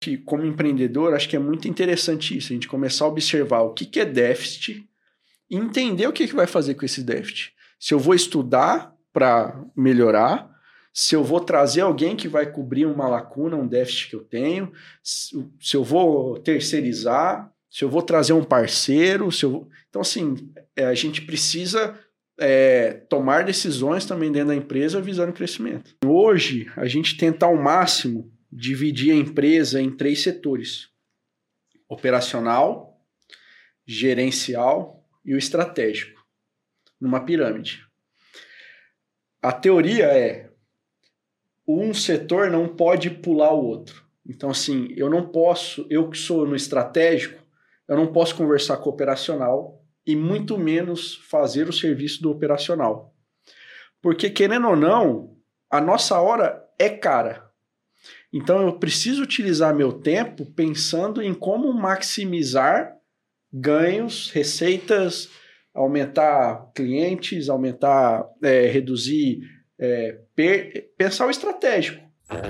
Como empreendedor, acho que é muito interessante isso, a gente começar a observar o que é déficit e entender o que vai fazer com esse déficit. Se eu vou estudar para melhorar, se eu vou trazer alguém que vai cobrir uma lacuna, um déficit que eu tenho, se eu vou terceirizar, se eu vou trazer um parceiro, Então, assim, a gente precisa tomar decisões também dentro da empresa visando o crescimento. Hoje, a gente tenta ao máximo dividir a empresa em 3 setores: operacional, gerencial e o estratégico, numa pirâmide. A teoria é: um setor não pode pular o outro. Então, assim, eu que sou no estratégico, eu não posso conversar com o operacional e muito menos fazer o serviço do operacional. Porque, querendo ou não, a nossa hora é cara. Então, eu preciso utilizar meu tempo pensando em como maximizar ganhos, receitas, aumentar clientes, reduzir, pensar o estratégico.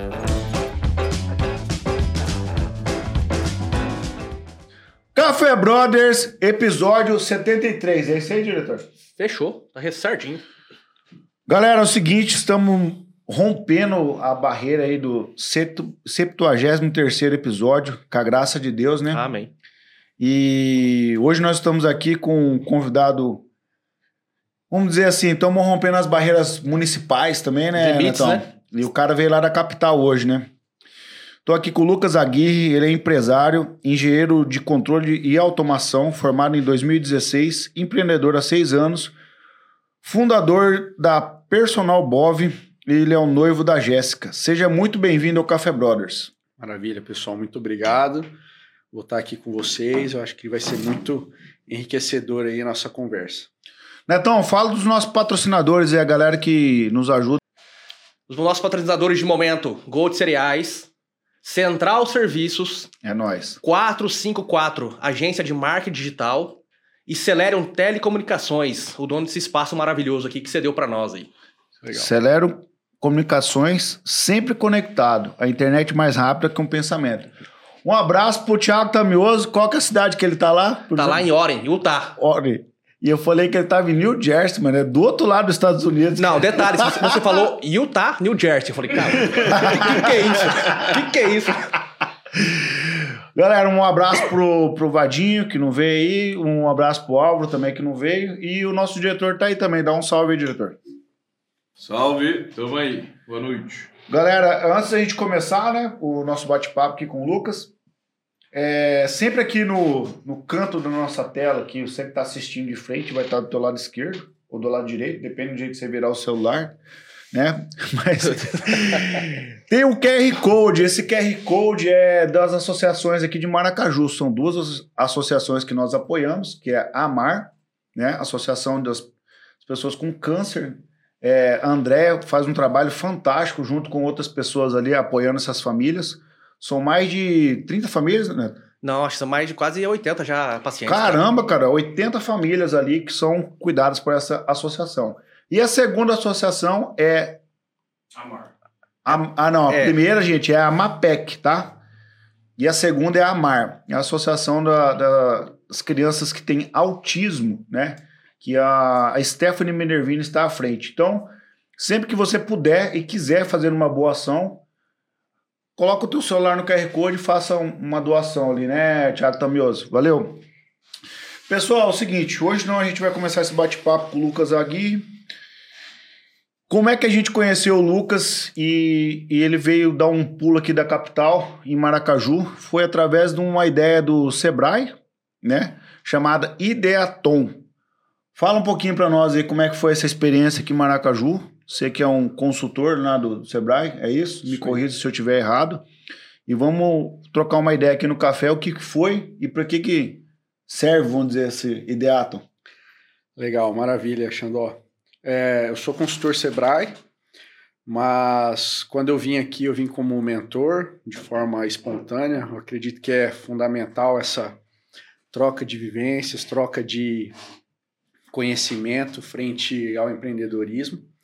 Café Brothers, episódio 73. É isso aí, diretor? Fechou, tá certinho. Galera, é o seguinte, estamos rompendo a barreira aí do 73º episódio, com a graça de Deus, né? Amém. E hoje nós estamos aqui com um convidado, vamos dizer assim, estamos rompendo as barreiras municipais também, né, Limites, Netão? né? E o cara veio lá da capital hoje, né? Estou aqui com o Lucas Aguirre, ele é empresário, engenheiro de controle e automação, formado em 2016, empreendedor há 6 anos, fundador da Personal Bov, e ele é o noivo da Jéssica. Seja muito bem-vindo ao Café Brothers. Maravilha, pessoal, muito obrigado. Vou estar aqui com vocês, eu acho que vai ser muito enriquecedor aí a nossa conversa. Netão, fala dos nossos patrocinadores e a galera que nos ajuda. Os nossos patrocinadores de momento: Gold Cereais, Central Serviços, É nóis. 454, Agência de Marketing Digital, e Celerium Telecomunicações, o dono desse espaço maravilhoso aqui que você deu pra nós aí. Legal. Celerium Comunicações, sempre conectado. A internet mais rápida que um pensamento. Um abraço pro Thiago Tamioso. Qual que é a cidade que ele tá lá? Tá lá em Oren, Utah. Oren. E eu falei que ele tava em New Jersey, mano. É do outro lado dos Estados Unidos. Não, detalhe, você falou Utah, New Jersey. Eu falei, cara, o que é isso? O que é isso? Galera, um abraço pro Vadinho, que não veio aí. Um abraço pro Álvaro também, que não veio. E o nosso diretor tá aí também. Dá um salve aí, diretor. Salve, tamo aí. Boa noite. Galera, antes da gente começar, né, o nosso bate-papo aqui com o Lucas, sempre aqui no canto da nossa tela, aqui, você que está assistindo de frente, vai estar do teu lado esquerdo ou do lado direito, depende do jeito que você virar o celular, né? Mas tem um QR Code. Esse QR Code é das associações aqui de Maracaju. São 2 associações que nós apoiamos, que é a AMAR, né, Associação das Pessoas com Câncer. André faz um trabalho fantástico junto com outras pessoas ali apoiando essas famílias. São mais de 30 famílias, né? Não, acho que são mais de quase 80 já pacientes. Caramba, cara, 80 famílias ali que são cuidadas por essa associação. E a segunda associação é... Amar. A primeira, gente, é a MAPEC, tá? E a segunda é a AMAR, é a Associação das Crianças que têm Autismo, né? Que a Stephanie Minervini está à frente. Então, sempre que você puder e quiser fazer uma boa ação, coloca o teu celular no QR Code e faça uma doação ali, né, Thiago Tamioso? Valeu! Pessoal, é o seguinte, hoje a gente vai começar esse bate-papo com o Lucas Aguirre. Como é que a gente conheceu o Lucas e ele veio dar um pulo aqui da capital, em Maracaju? Foi através de uma ideia do Sebrae, né, chamada Ideaton. Fala um pouquinho para nós aí como é que foi essa experiência aqui em Maracaju. Você que é um consultor lá do Sebrae, é isso? Me corrija se eu estiver errado. E vamos trocar uma ideia aqui no café, o que foi e para que serve, vamos dizer, esse Ideaton. Legal, maravilha, Xandó. Eu sou consultor Sebrae, mas quando eu vim aqui, eu vim como mentor, de forma espontânea. Eu acredito que é fundamental essa troca de vivências, troca de conhecimento frente ao empreendedorismo.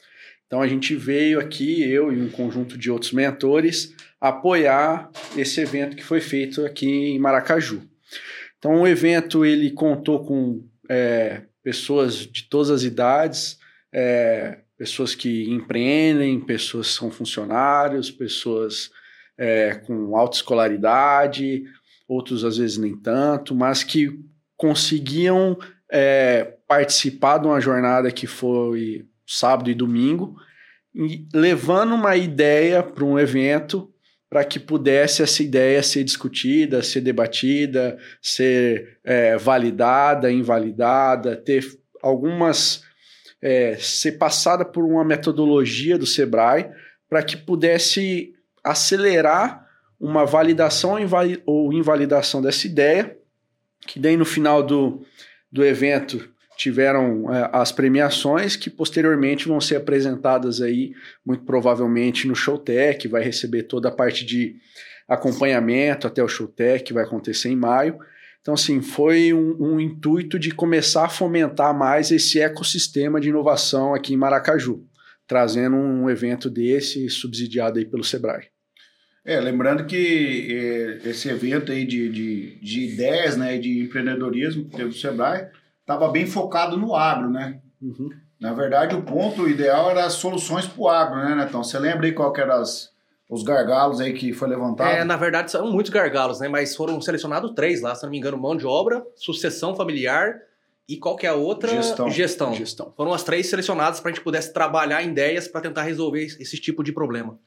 Então a gente veio aqui, eu e um conjunto de outros mentores, apoiar esse evento que foi feito aqui em Maracaju. Então o evento ele contou com pessoas de todas as idades, pessoas que empreendem, pessoas que são funcionários, pessoas com alta escolaridade, outros às vezes nem tanto, mas que conseguiam participar de uma jornada que foi sábado e domingo, e levando uma ideia para um evento para que pudesse essa ideia ser discutida, ser debatida, ser validada, invalidada, ter algumas... ser passada por uma metodologia do Sebrae para que pudesse acelerar uma validação ou invalidação dessa ideia, que daí no final do evento tiveram as premiações que posteriormente vão ser apresentadas aí, muito provavelmente no Showtech, vai receber toda a parte de acompanhamento até o Showtech, que vai acontecer em maio. Então, assim, foi um intuito de começar a fomentar mais esse ecossistema de inovação aqui em Maracaju, trazendo um evento desse subsidiado aí pelo Sebrae. Lembrando que esse evento aí de ideias, né, de empreendedorismo que teve o Sebrae, estava bem focado no agro, né? Uhum. Na verdade, o ponto ideal era as soluções para o agro, né, Netão? Você lembra aí qual que eram os gargalos aí que foi levantado? Na verdade, são muitos gargalos, né? Mas foram selecionados 3 lá, se não me engano, mão de obra, sucessão familiar e qual que é a outra? Gestão. Foram as 3 selecionadas para a gente pudesse trabalhar em ideias para tentar resolver esse tipo de problema.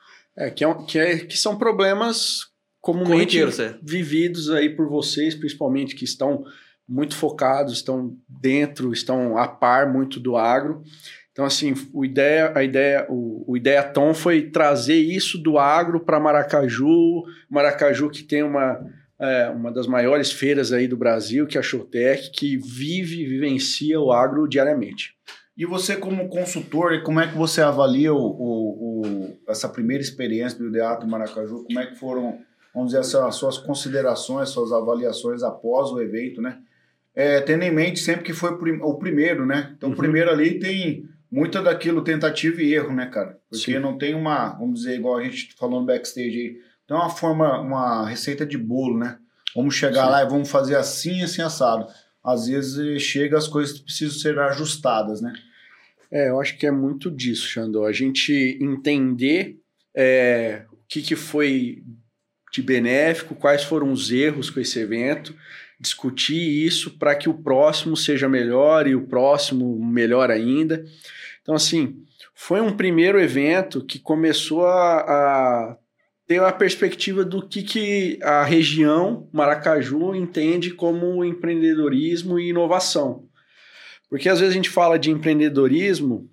Que são problemas comumente vividos aí por vocês, principalmente que estão muito focados, estão a par muito do agro. Então, assim, o Ideiathon foi trazer isso do agro para Maracaju que tem uma das maiores feiras aí do Brasil, que é a Showtech, que vivencia o agro diariamente. E você, como consultor, como é que você avalia essa primeira experiência do Ideiathon Maracaju? Como é que foram, vamos dizer, as suas considerações, suas avaliações após o evento, né? Tendo em mente sempre que foi o primeiro, né? Então, o primeiro ali tem muito daquilo tentativa e erro, né, cara? Porque Sim. Não tem vamos dizer, igual a gente falou no backstage aí, tem uma receita de bolo, né? Vamos chegar Sim. lá e vamos fazer assim, assim, assado. Às vezes chega as coisas que precisam ser ajustadas, né? Eu acho que é muito disso, Xandó. A gente entender o que foi de benéfico, quais foram os erros com esse evento, discutir isso para que o próximo seja melhor e o próximo melhor ainda. Então, assim, foi um primeiro evento que começou a ter a perspectiva do que a região Maracaju entende como empreendedorismo e inovação. Porque às vezes a gente fala de empreendedorismo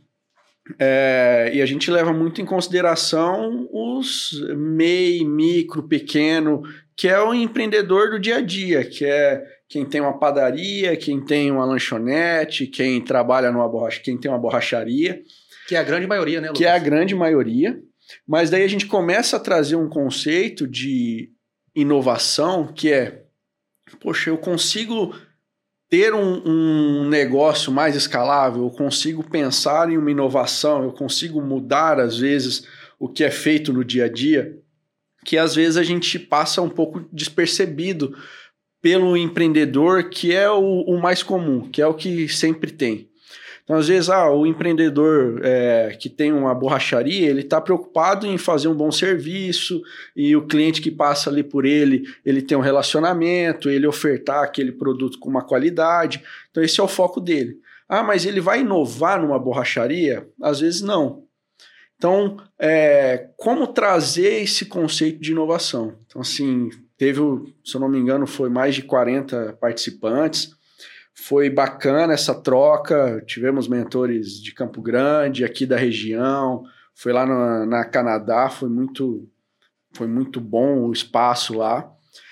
e a gente leva muito em consideração os MEI, micro, pequeno, que é o empreendedor do dia a dia, que é quem tem uma padaria, quem tem uma lanchonete, quem trabalha quem tem uma borracharia. Que é a grande maioria, né, Lucas? Que é a grande maioria. Mas daí a gente começa a trazer um conceito de inovação que é, poxa, eu consigo ter um negócio mais escalável, eu consigo pensar em uma inovação, eu consigo mudar, às vezes, o que é feito no dia a dia, que às vezes a gente passa um pouco despercebido pelo empreendedor, que é o mais comum, que é o que sempre tem. Então, às vezes, o empreendedor que tem uma borracharia, ele está preocupado em fazer um bom serviço e o cliente que passa ali por ele tem um relacionamento, ele ofertar aquele produto com uma qualidade. Então, esse é o foco dele. Mas ele vai inovar numa borracharia? Às vezes, não. Então, como trazer esse conceito de inovação? Então, assim, teve, se eu não me engano, foi mais de 40 participantes. Foi bacana essa troca, tivemos mentores de Campo Grande, aqui da região, foi lá na Canadá, foi muito bom o espaço lá.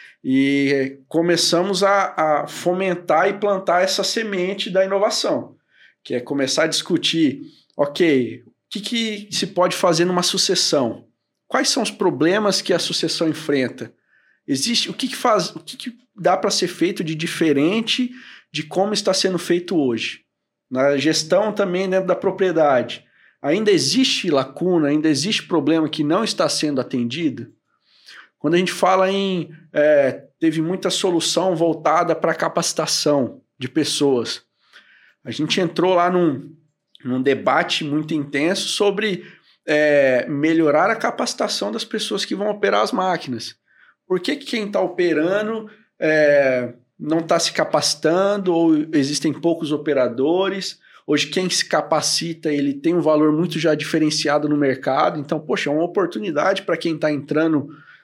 E começamos a fomentar e plantar essa semente da inovação, que é começar a discutir, ok, o que se pode fazer numa sucessão? Quais são os problemas que a sucessão enfrenta? O que dá para ser feito de diferente de como está sendo feito hoje? Na gestão também dentro da propriedade. ainda existe lacuna, ainda existe problema que não está sendo atendido? Quando a gente fala em... teve muita solução voltada para capacitação de pessoas. A gente entrou lá num debate muito intenso sobre melhorar a capacitação das pessoas que vão operar as máquinas. Por que quem está operando não está se capacitando ou existem poucos operadores? Hoje quem se capacita, ele tem um valor muito já diferenciado no mercado. Então, poxa, é uma oportunidade para quem está entrando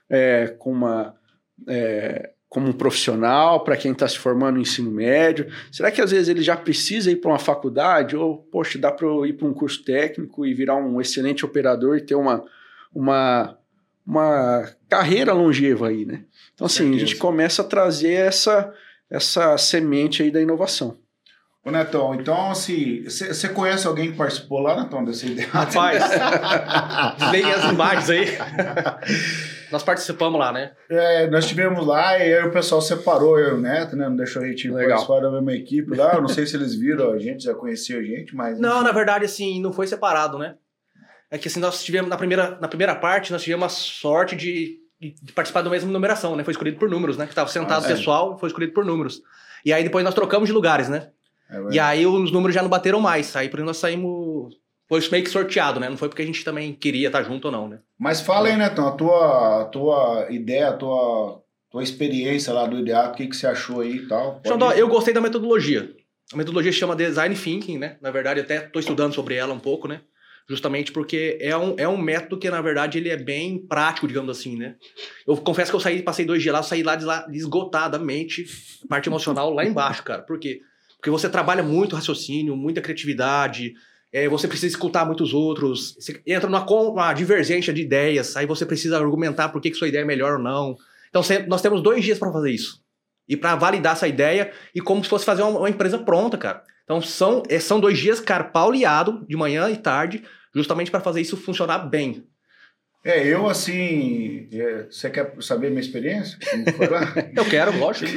como um profissional, para quem está se formando no ensino médio. Será que às vezes ele já precisa ir para uma faculdade? Ou, poxa, dá para eu ir para um curso técnico e virar um excelente operador e ter uma carreira longeva aí, né? Então, assim, a gente começa a trazer essa semente aí da inovação. Ô, Netão, então, assim, você conhece alguém que participou lá, Netão, dessa ideia? Rapaz, leia as imagens aí. Nós participamos lá, né? Nós estivemos lá e aí o pessoal separou eu e o Neto, né? Não deixou a gente participar da mesma equipe lá. Eu não sei se eles viram a gente, já conheciam a gente, mas... Não, na verdade, assim, não foi separado, né? É que assim, nós tivemos, na primeira parte, nós tivemos a sorte de participar da mesma numeração, né? Foi escolhido por números, né? Que estava sentado o pessoal, foi escolhido por números. E aí depois nós trocamos de lugares, né? E aí os números já não bateram mais. Aí por isso nós saímos... Foi meio que sorteado, né? Não foi porque a gente também queria estar junto ou não, né? Mas fala aí, Netão, a tua ideia, a tua experiência lá do Ideato, o que você achou aí e tal? Xandó, eu gostei da metodologia. A metodologia se chama Design Thinking, né? Na verdade, até estou estudando sobre ela um pouco, né? Justamente porque é um método que, na verdade, ele é bem prático, digamos assim, né? Eu confesso que eu passei 2 dias lá, saí lá esgotadamente, parte emocional lá embaixo, cara. Por quê? Porque você trabalha muito raciocínio, muita criatividade, você precisa escutar muitos outros, você entra numa divergência de ideias, aí você precisa argumentar por que sua ideia é melhor ou não. Então, nós temos 2 dias para fazer isso. E para validar essa ideia, e como se fosse fazer uma empresa pronta, cara. Então, são 2 dias, cara, pauleado, de manhã e tarde, justamente para fazer isso funcionar bem. Eu, assim... Você quer saber minha experiência? Foi lá? Eu quero, lógico.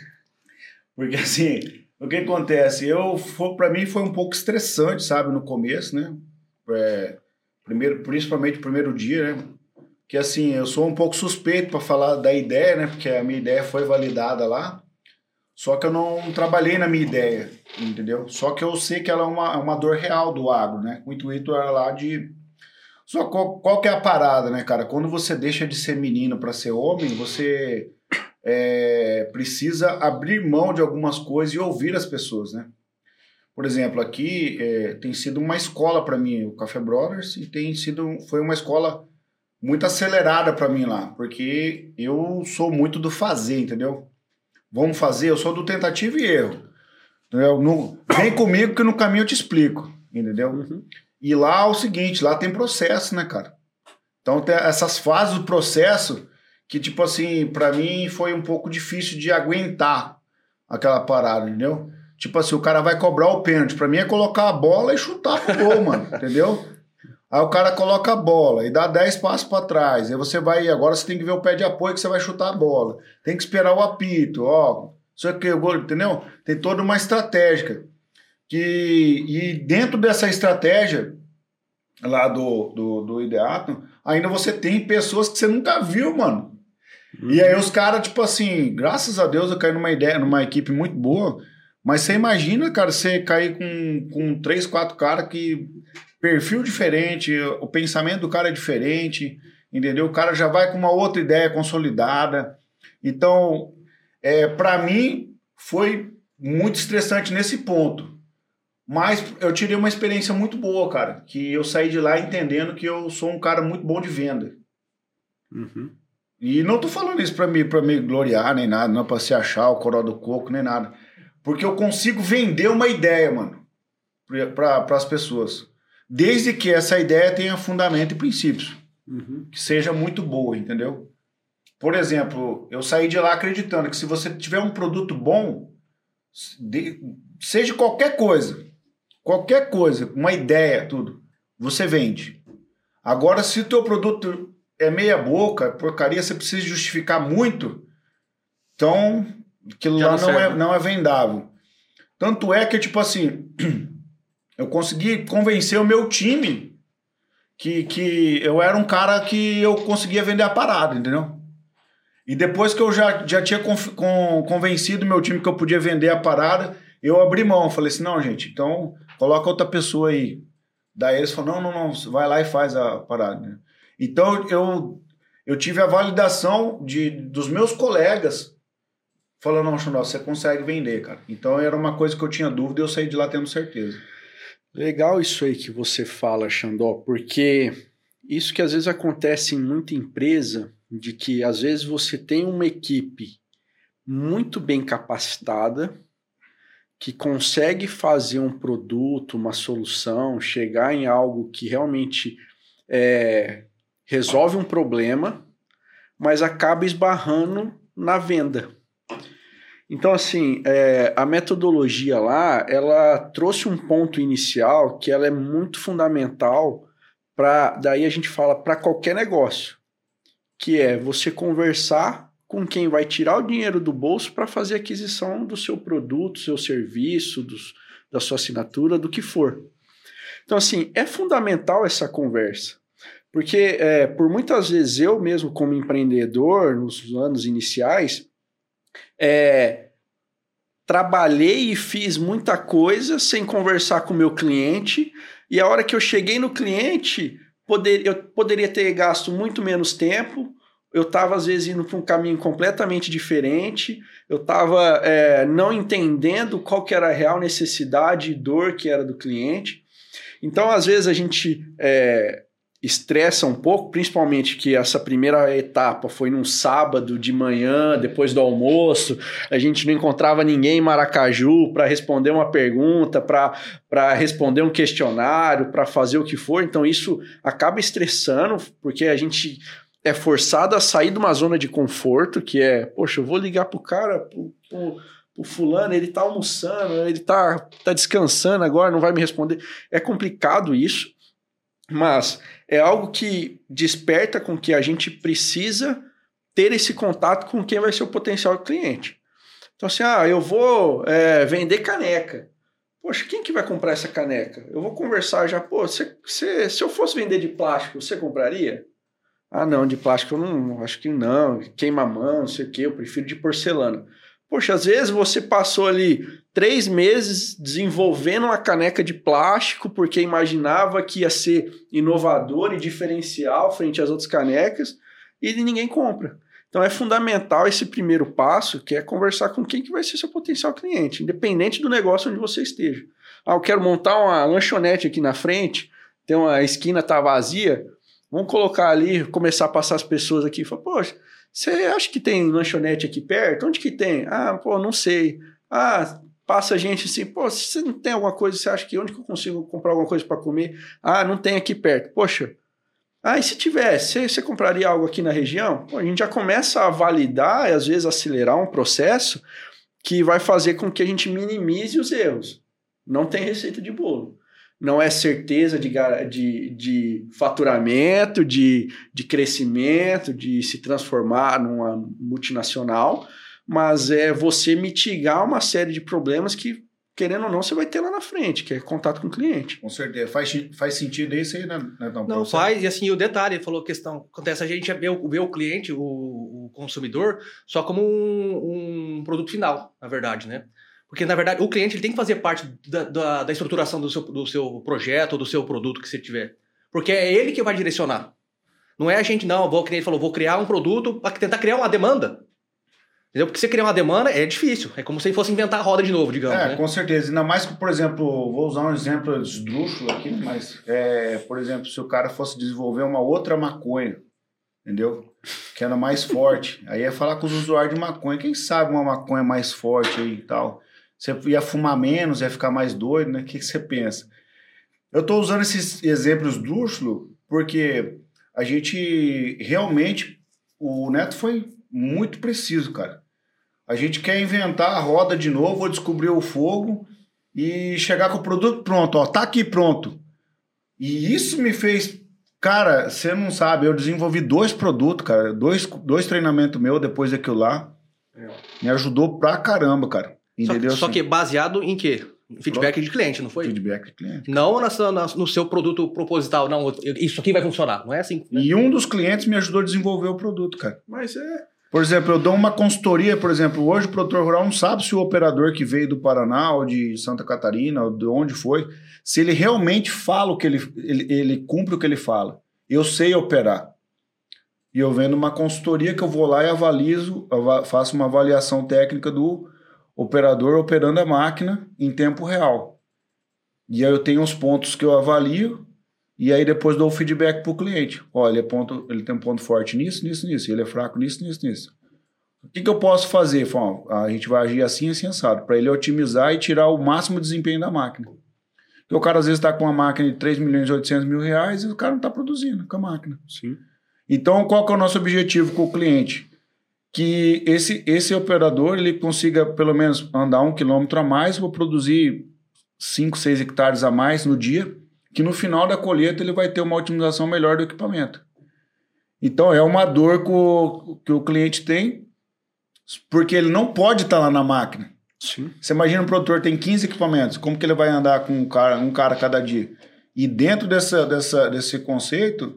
Porque, assim, o que acontece? Para mim foi um pouco estressante, sabe, no começo, né? Principalmente o primeiro dia, né? Que, assim, eu sou um pouco suspeito para falar da ideia, né? Porque a minha ideia foi validada lá. Só que eu não trabalhei na minha ideia, entendeu? Só que eu sei que ela é uma dor real do agro, né? O intuito era lá de... Só qual que é a parada, né, cara? Quando você deixa de ser menino para ser homem, você precisa abrir mão de algumas coisas e ouvir as pessoas, né? Por exemplo, aqui tem sido uma escola para mim, o Café Brothers, e foi uma escola muito acelerada para mim lá, porque eu sou muito do fazer, entendeu? Vamos fazer, eu sou do tentativa e erro. Entendeu? Vem comigo que no caminho eu te explico, entendeu? Uhum. E lá é o seguinte, lá tem processo, né, cara? Então tem essas fases do processo que, tipo assim, pra mim foi um pouco difícil de aguentar aquela parada, entendeu? Tipo assim, o cara vai cobrar o pênalti. Pra mim é colocar a bola e chutar pro gol, mano, entendeu? Aí o cara coloca a bola e dá 10 passos para trás. Aí agora você tem que ver o pé de apoio que você vai chutar a bola. Tem que esperar o apito, isso aqui, entendeu? Tem toda uma estratégia. E dentro dessa estratégia lá do Ideato, ainda você tem pessoas que você nunca viu, mano. E aí os caras, tipo assim, graças a Deus eu caí numa equipe muito boa, mas você imagina, cara, você cair com 3, 4 caras que... Perfil diferente, o pensamento do cara é diferente, entendeu? O cara já vai com uma outra ideia consolidada. Então, para mim, foi muito estressante nesse ponto. Mas eu tirei uma experiência muito boa, cara. Que eu saí de lá entendendo que eu sou um cara muito bom de venda. Uhum. E não tô falando isso pra me gloriar, nem nada. Não é pra se achar o coró do coco, nem nada. Porque eu consigo vender uma ideia, mano, para as pessoas. Desde que essa ideia tenha fundamento e princípios. Uhum. Que seja muito boa, entendeu? Por exemplo, eu saí de lá acreditando que se você tiver um produto bom, seja qualquer coisa, uma ideia, tudo, você vende. Agora, se o teu produto é meia boca, porcaria, você precisa justificar muito, então aquilo lá não é vendável. Tanto é que, tipo assim... Eu consegui convencer o meu time que eu era um cara que eu conseguia vender a parada, entendeu? E depois que eu já tinha convencido meu time que eu podia vender a parada, eu abri mão. Falei assim, não, gente, então coloca outra pessoa aí. Daí eles falaram, não, vai lá e faz a parada. Então eu tive a validação dos meus colegas falando, não, Xandó, você consegue vender, cara. Então era uma coisa que eu tinha dúvida e eu saí de lá tendo certeza. Legal isso aí que você fala, Xandó, porque isso que às vezes acontece em muita empresa, de que às vezes você tem uma equipe muito bem capacitada, que consegue fazer um produto, uma solução, chegar em algo que realmente resolve um problema, mas acaba esbarrando na venda. Então, assim, a metodologia lá, ela trouxe um ponto inicial que ela é muito fundamental daí a gente fala para qualquer negócio, que é você conversar com quem vai tirar o dinheiro do bolso para fazer a aquisição do seu produto, do seu serviço, da sua assinatura, do que for. Então, assim, é fundamental essa conversa, porque por muitas vezes eu mesmo como empreendedor, nos anos iniciais, trabalhei e fiz muita coisa sem conversar com o meu cliente, e a hora que eu cheguei no cliente, eu poderia ter gasto muito menos tempo, eu estava às vezes indo para um caminho completamente diferente, eu estava não entendendo qual que era a real necessidade e dor que era do cliente. Então, às vezes a gente estressa um pouco, principalmente que essa primeira etapa foi num sábado de manhã, depois do almoço, a gente não encontrava ninguém em Maracaju para responder uma pergunta, para responder um questionário, para fazer o que for. Então isso acaba estressando, porque a gente é forçado a sair de uma zona de conforto, que poxa, eu vou ligar pro cara, o fulano, ele tá almoçando, ele tá descansando agora, não vai me responder. É complicado isso, mas é algo que desperta com que a gente precisa ter esse contato com quem vai ser o potencial cliente. Então assim, eu vou vender caneca. Poxa, quem que vai comprar essa caneca? Eu vou conversar já, se eu fosse vender de plástico, você compraria? Ah, não, de plástico eu não, acho que não, queima a mão, não sei o quê, eu prefiro de porcelana. Poxa, às vezes você passou ali 3 meses desenvolvendo uma caneca de plástico porque imaginava que ia ser inovador e diferencial frente às outras canecas e ninguém compra. Então é fundamental esse primeiro passo, que é conversar com quem que vai ser seu potencial cliente, independente do negócio onde você esteja. Eu quero montar uma lanchonete aqui na frente, tem uma esquina tá vazia, vamos colocar ali, começar a passar as pessoas aqui e falar, poxa, você acha que tem lanchonete aqui perto? Onde que tem? Não sei. Passa gente assim, você não tem alguma coisa, você acha que onde que eu consigo comprar alguma coisa para comer? Não tem aqui perto. Poxa, e se tivesse, você compraria algo aqui na região? A gente já começa a validar e às vezes acelerar um processo que vai fazer com que a gente minimize os erros. Não tem receita de bolo. Não é certeza de faturamento, de crescimento, de se transformar numa multinacional, mas é você mitigar uma série de problemas que, querendo ou não, você vai ter lá na frente, que é contato com o cliente. Com certeza. Faz sentido isso aí, né? Não, faz. E assim, o detalhe, ele falou a questão, acontece, a gente vê o cliente, o consumidor, só como um produto final, na verdade, né? Porque, na verdade, o cliente ele tem que fazer parte da estruturação do seu projeto ou do seu produto que você tiver. Porque é ele que vai direcionar. Não é a gente, não, vou criar um produto para tentar criar uma demanda. Entendeu? Porque você criar uma demanda é difícil. É como se fosse inventar a roda de novo, digamos. Né? Com certeza. Ainda mais que, por exemplo, vou usar um exemplo esdrúxulo aqui, mas, por exemplo, se o cara fosse desenvolver uma outra maconha, entendeu? Que era mais forte. Aí ia falar com os usuários de maconha. Quem sabe uma maconha mais forte aí e tal. Você ia fumar menos, ia ficar mais doido, né? O que você pensa? Eu estou usando esses exemplos esdrúxulos porque a gente realmente... O Neto foi muito preciso, cara. A gente quer inventar a roda de novo, ou descobrir o fogo e chegar com o produto pronto. Tá aqui pronto. E isso me fez... Cara, você não sabe, eu desenvolvi 2 produtos, cara. 2 treinamentos meus depois daquilo lá. Me ajudou pra caramba, cara. Entendeu? Só que baseado em quê? Feedback de cliente, não foi? Feedback de cliente. Não no seu produto proposital, não, isso aqui vai funcionar, não é assim? Né? E um dos clientes me ajudou a desenvolver o produto, cara. Mas Por exemplo, eu dou uma consultoria, por exemplo, hoje o produtor rural não sabe se o operador que veio do Paraná ou de Santa Catarina, ou de onde foi, se ele realmente fala o que ele cumpre o que ele fala. Eu sei operar. E eu vendo uma consultoria que eu vou lá e faço uma avaliação técnica do operador operando a máquina em tempo real. E aí eu tenho os pontos que eu avalio e aí depois dou o feedback para o cliente. Olha, ele tem um ponto forte nisso, nisso, nisso. Ele é fraco nisso, nisso, nisso. O que eu posso fazer? A gente vai agir assim, assim, assado, para ele otimizar e tirar o máximo desempenho da máquina. Porque o cara às vezes está com uma máquina de 3.800.000 reais e o cara não está produzindo com a máquina. Sim. Então, qual que é o nosso objetivo com o cliente? Que esse operador ele consiga pelo menos andar 1 quilômetro a mais para produzir 5, 6 hectares a mais no dia, que no final da colheita ele vai ter uma otimização melhor do equipamento. Então, é uma dor que o cliente tem, porque ele não pode estar lá na máquina. Sim. Você imagina um produtor tem 15 equipamentos, como que ele vai andar com um cara cada dia? E dentro desse conceito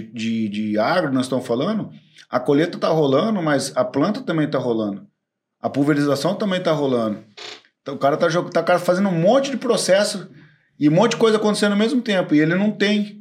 de agro, nós estamos falando, a colheita está rolando, mas a planta também está rolando. A pulverização também está rolando. Então o cara está fazendo um monte de processo e um monte de coisa acontecendo ao mesmo tempo. E ele não tem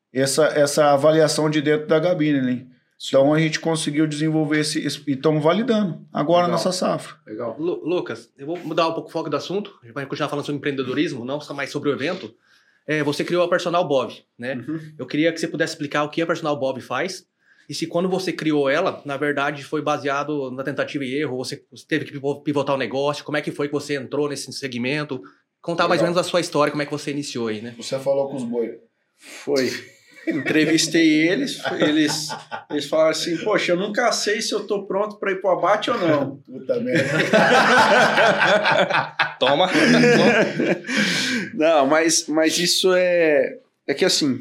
essa avaliação de dentro da gabine, né? Então a gente conseguiu desenvolver e estamos validando agora a nossa safra. Legal. Lucas, eu vou mudar um pouco o foco do assunto. A gente vai continuar falando sobre empreendedorismo, não só mais sobre o evento. Você criou a Personal Bob, né? Uhum. Eu queria que você pudesse explicar o que a Personal Bob faz e se quando você criou ela, na verdade, foi baseado na tentativa e erro, você teve que pivotar o negócio, como é que foi que você entrou nesse segmento? Contar mais ou menos a sua história, como é que você iniciou aí, né? Você falou com os boi. Foi. Entrevistei eles falaram assim, poxa, eu nunca sei se eu tô pronto para ir pro abate ou não. Puta merda. Toma. Não, mas isso é que assim,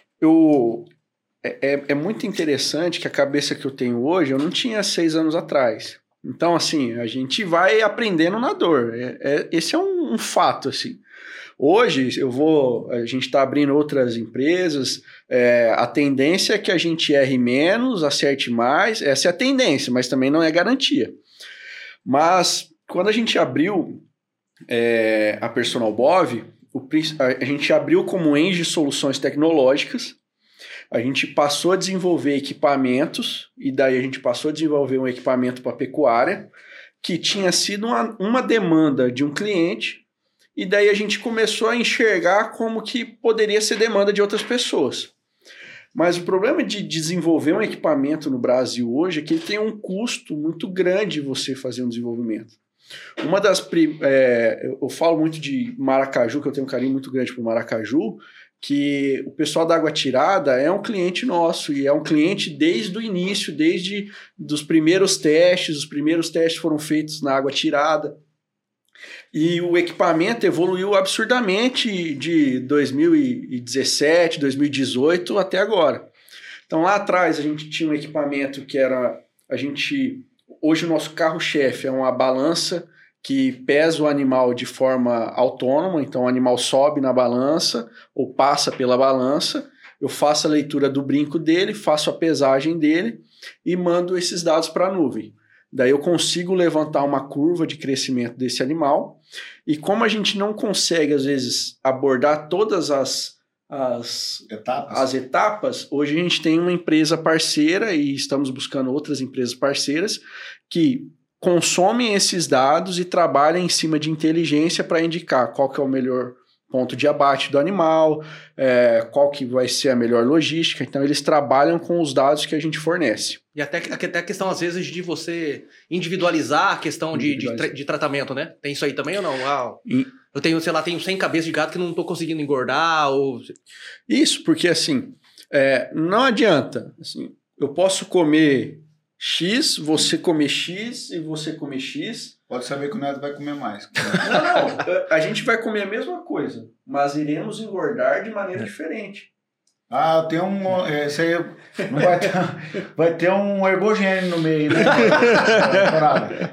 é muito interessante que a cabeça que eu tenho hoje, eu não tinha 6 anos atrás. Então, assim, a gente vai aprendendo na dor. Esse é um fato, assim. Hoje, a gente está abrindo outras empresas, a tendência é que a gente erre menos, acerte mais, essa é a tendência, mas também não é garantia. Mas, quando a gente abriu a Personal Bob, a gente abriu como Engie Soluções Tecnológicas, a gente passou a desenvolver equipamentos, e daí a gente passou a desenvolver um equipamento para pecuária, que tinha sido uma demanda de um cliente, e daí a gente começou a enxergar como que poderia ser demanda de outras pessoas. Mas o problema de desenvolver um equipamento no Brasil hoje é que ele tem um custo muito grande você fazer um desenvolvimento. Eu falo muito de Maracaju, que eu tenho um carinho muito grande por Maracaju, que o pessoal da Água Tirada é um cliente nosso, e é um cliente desde o início, desde dos primeiros testes. Os primeiros testes foram feitos na Água Tirada. E o equipamento evoluiu absurdamente de 2017, 2018 até agora. Então lá atrás a gente tinha um equipamento que era... Hoje o nosso carro-chefe é uma balança que pesa o animal de forma autônoma, então o animal sobe na balança ou passa pela balança, eu faço a leitura do brinco dele, faço a pesagem dele e mando esses dados para a nuvem. Daí eu consigo levantar uma curva de crescimento desse animal, e como a gente não consegue, às vezes, abordar todas as etapas, hoje a gente tem uma empresa parceira, e estamos buscando outras empresas parceiras, que consomem esses dados e trabalham em cima de inteligência para indicar qual que é o melhor ponto de abate do animal, qual que vai ser a melhor logística. Então eles trabalham com os dados que a gente fornece. E até a questão, às vezes, de você individualizar a questão de tratamento, né? Tem isso aí também ou não? Eu tenho, sei lá, 100 cabeças de gato que não estou conseguindo engordar ou... Isso, porque assim, não adianta. Assim, eu posso comer X, você comer X e você comer X. Pode saber que o Neto vai comer mais. Não, a gente vai comer a mesma coisa, mas iremos engordar de maneira diferente. Tem esse aí não vai ter um ergogênio no meio, né?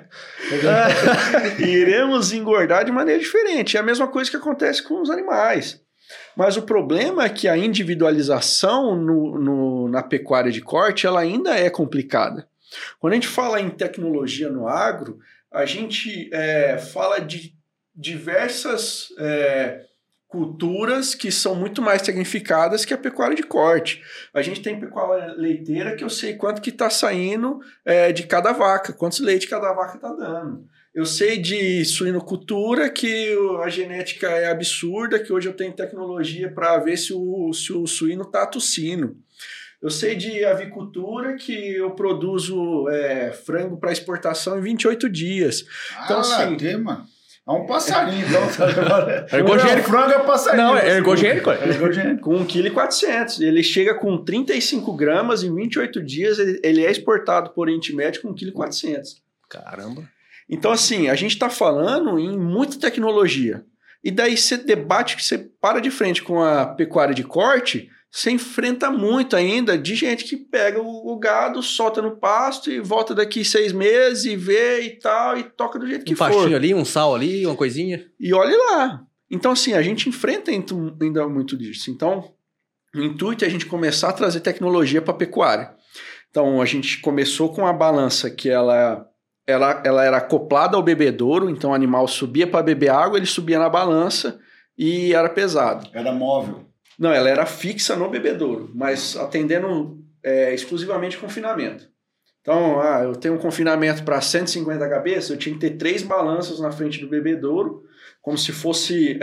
iremos engordar de maneira diferente. É a mesma coisa que acontece com os animais. Mas o problema é que a individualização na pecuária de corte ela ainda é complicada. Quando a gente fala em tecnologia no agro, a gente fala de diversas culturas que são muito mais tecnificadas que a pecuária de corte. A gente tem pecuária leiteira que eu sei quanto que está saindo de cada vaca, quantos leite cada vaca está dando. Eu sei de suinocultura que a genética é absurda, que hoje eu tenho tecnologia para ver se o suíno está tossindo. Eu sei de avicultura que eu produzo frango para exportação em 28 dias. Então, assim, mano. É um passarinho, então. Ergogênico. Frango é passarinho. Não, é ergogênico. Com 1,4 kg. Ele chega com 35 gramas em 28 dias, ele é exportado por Oriente Médio com 1,4 kg. Caramba. Então, assim, a gente está falando em muita tecnologia. E daí você debate, você para de frente com a pecuária de corte, você enfrenta muito ainda de gente que pega o gado, solta no pasto e volta daqui 6 meses e vê e tal, e toca do jeito que for. Um pastinho ali, um sal ali, uma coisinha. E olhe lá. Então, assim, a gente enfrenta ainda muito disso. Então, o intuito é a gente começar a trazer tecnologia para a pecuária. Então, a gente começou com a balança que ela era acoplada ao bebedouro, então o animal subia para beber água, ele subia na balança e era pesado. Era móvel. Não, ela era fixa no bebedouro, mas atendendo exclusivamente confinamento. Então, eu tenho um confinamento para 150 cabeças, eu tinha que ter 3 balanças na frente do bebedouro, como se fosse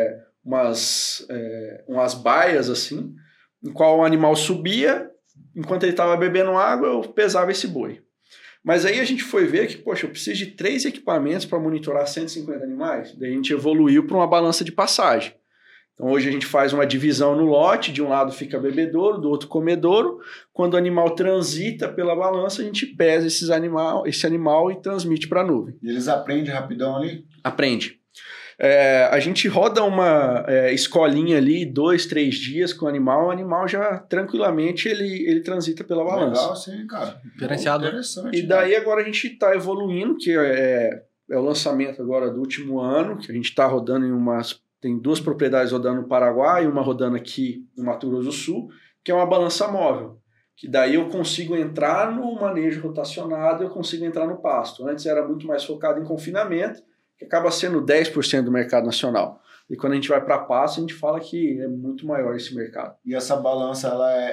umas baias assim, em qual o animal subia, enquanto ele estava bebendo água, eu pesava esse boi. Mas aí a gente foi ver que, poxa, eu preciso de 3 equipamentos para monitorar 150 animais. Daí a gente evoluiu para uma balança de passagem. Então hoje a gente faz uma divisão no lote, de um lado fica bebedouro, do outro comedouro. Quando o animal transita pela balança, a gente pesa esse animal e transmite para a nuvem. E eles aprendem rapidão ali? Aprende. A gente roda uma escolinha ali, 2, 3 dias com o animal já tranquilamente ele transita pela balança. Legal, sim, cara. Diferenciado. Interessante. E daí agora a gente está evoluindo, que é o lançamento agora do último ano, que a gente está rodando tem 2 propriedades rodando no Paraguai e uma rodando aqui no Mato Grosso do Sul, que é uma balança móvel. Que daí eu consigo entrar no manejo rotacionado, eu consigo entrar no pasto. Antes era muito mais focado em confinamento, que acaba sendo 10% do mercado nacional. E quando a gente vai para pasto, a gente fala que é muito maior esse mercado. E essa balança,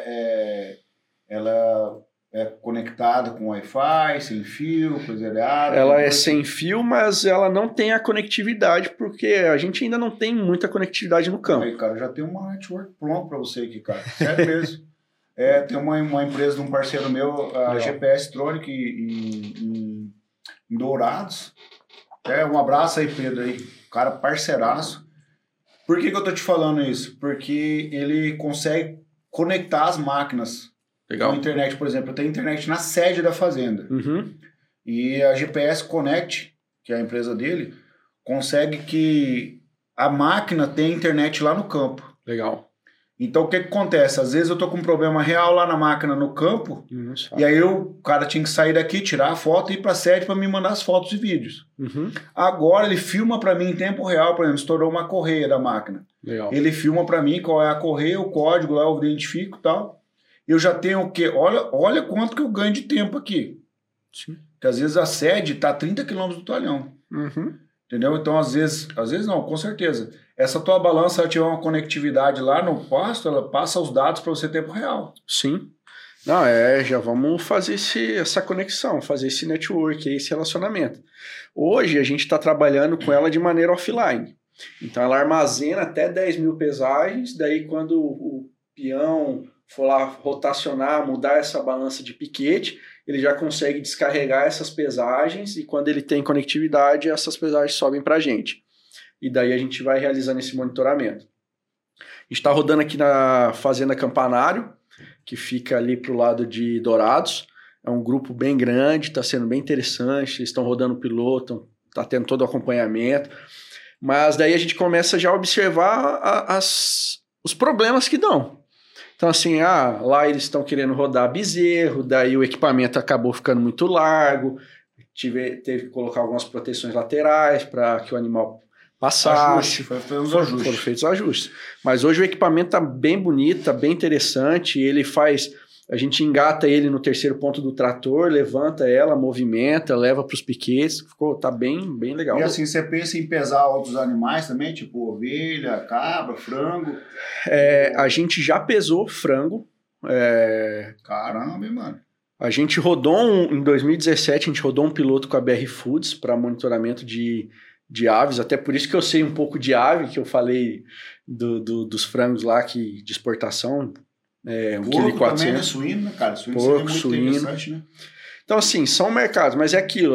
ela é conectada com Wi-Fi, sem fio, coisa errada? Ela é sem fio, mas ela não tem a conectividade, porque a gente ainda não tem muita conectividade no campo. Aí, cara, já tem uma network pronto para você aqui, cara. Sério mesmo. Tem uma empresa de um parceiro meu, a GPS Tronic, em Dourados. Um abraço aí, Pedro, aí. Cara, parceiraço. Por que eu tô te falando isso? Porque ele consegue conectar as máquinas. Legal. Com a internet, por exemplo. Eu tenho internet na sede da fazenda. Uhum. E a GPS Connect, que é a empresa dele, consegue que a máquina tenha internet lá no campo. Legal. Então, o que acontece? Às vezes eu tô com um problema real lá na máquina no campo, e aí o cara tinha que sair daqui, tirar a foto e ir pra sede para me mandar as fotos e vídeos. Uhum. Agora ele filma para mim em tempo real, por exemplo, estourou uma correia da máquina. Legal. Ele filma para mim qual é a correia, o código lá, eu identifico e tal. Eu já tenho o quê? Olha quanto que eu ganho de tempo aqui. Sim. Porque às vezes a sede tá a 30 km do talhão. Uhum. Entendeu? Então, às vezes não, com certeza. Essa tua balança, ela tiver uma conectividade lá no pasto, ela passa os dados para você em tempo real. Sim. Não, já vamos fazer essa conexão, fazer esse network, esse relacionamento. Hoje, a gente está trabalhando com ela de maneira offline. Então, ela armazena até 10 mil pesagens, daí quando o peão for lá rotacionar, mudar essa balança de piquete, ele já consegue descarregar essas pesagens e quando ele tem conectividade, essas pesagens sobem para a gente. E daí a gente vai realizando esse monitoramento. A gente está rodando aqui na Fazenda Campanário, que fica ali para o lado de Dourados. É um grupo bem grande, está sendo bem interessante, eles estão rodando piloto, está tendo todo o acompanhamento. Mas daí a gente começa já a observar os problemas que dão. Então assim, lá eles estão querendo rodar bezerro, daí o equipamento acabou ficando muito largo, teve que colocar algumas proteções laterais para que o animal passasse. Foram feitos ajustes. Mas hoje o equipamento está bem bonito, está bem interessante. Ele faz... A gente engata ele no terceiro ponto do trator, levanta ela, movimenta, leva para os piquetes. Tá bem, bem legal. E assim, você pensa em pesar outros animais também? Tipo ovelha, cabra, frango? A gente já pesou frango. Caramba, hein, mano? A gente rodou, em 2017, a gente rodou um piloto com a BR Foods para monitoramento de aves, até por isso que eu sei um pouco de ave, que eu falei dos frangos lá de exportação. Porco também, né? Suíno, né, cara? Suíno é muito interessante, né? Então, assim, são mercados, mas é aquilo.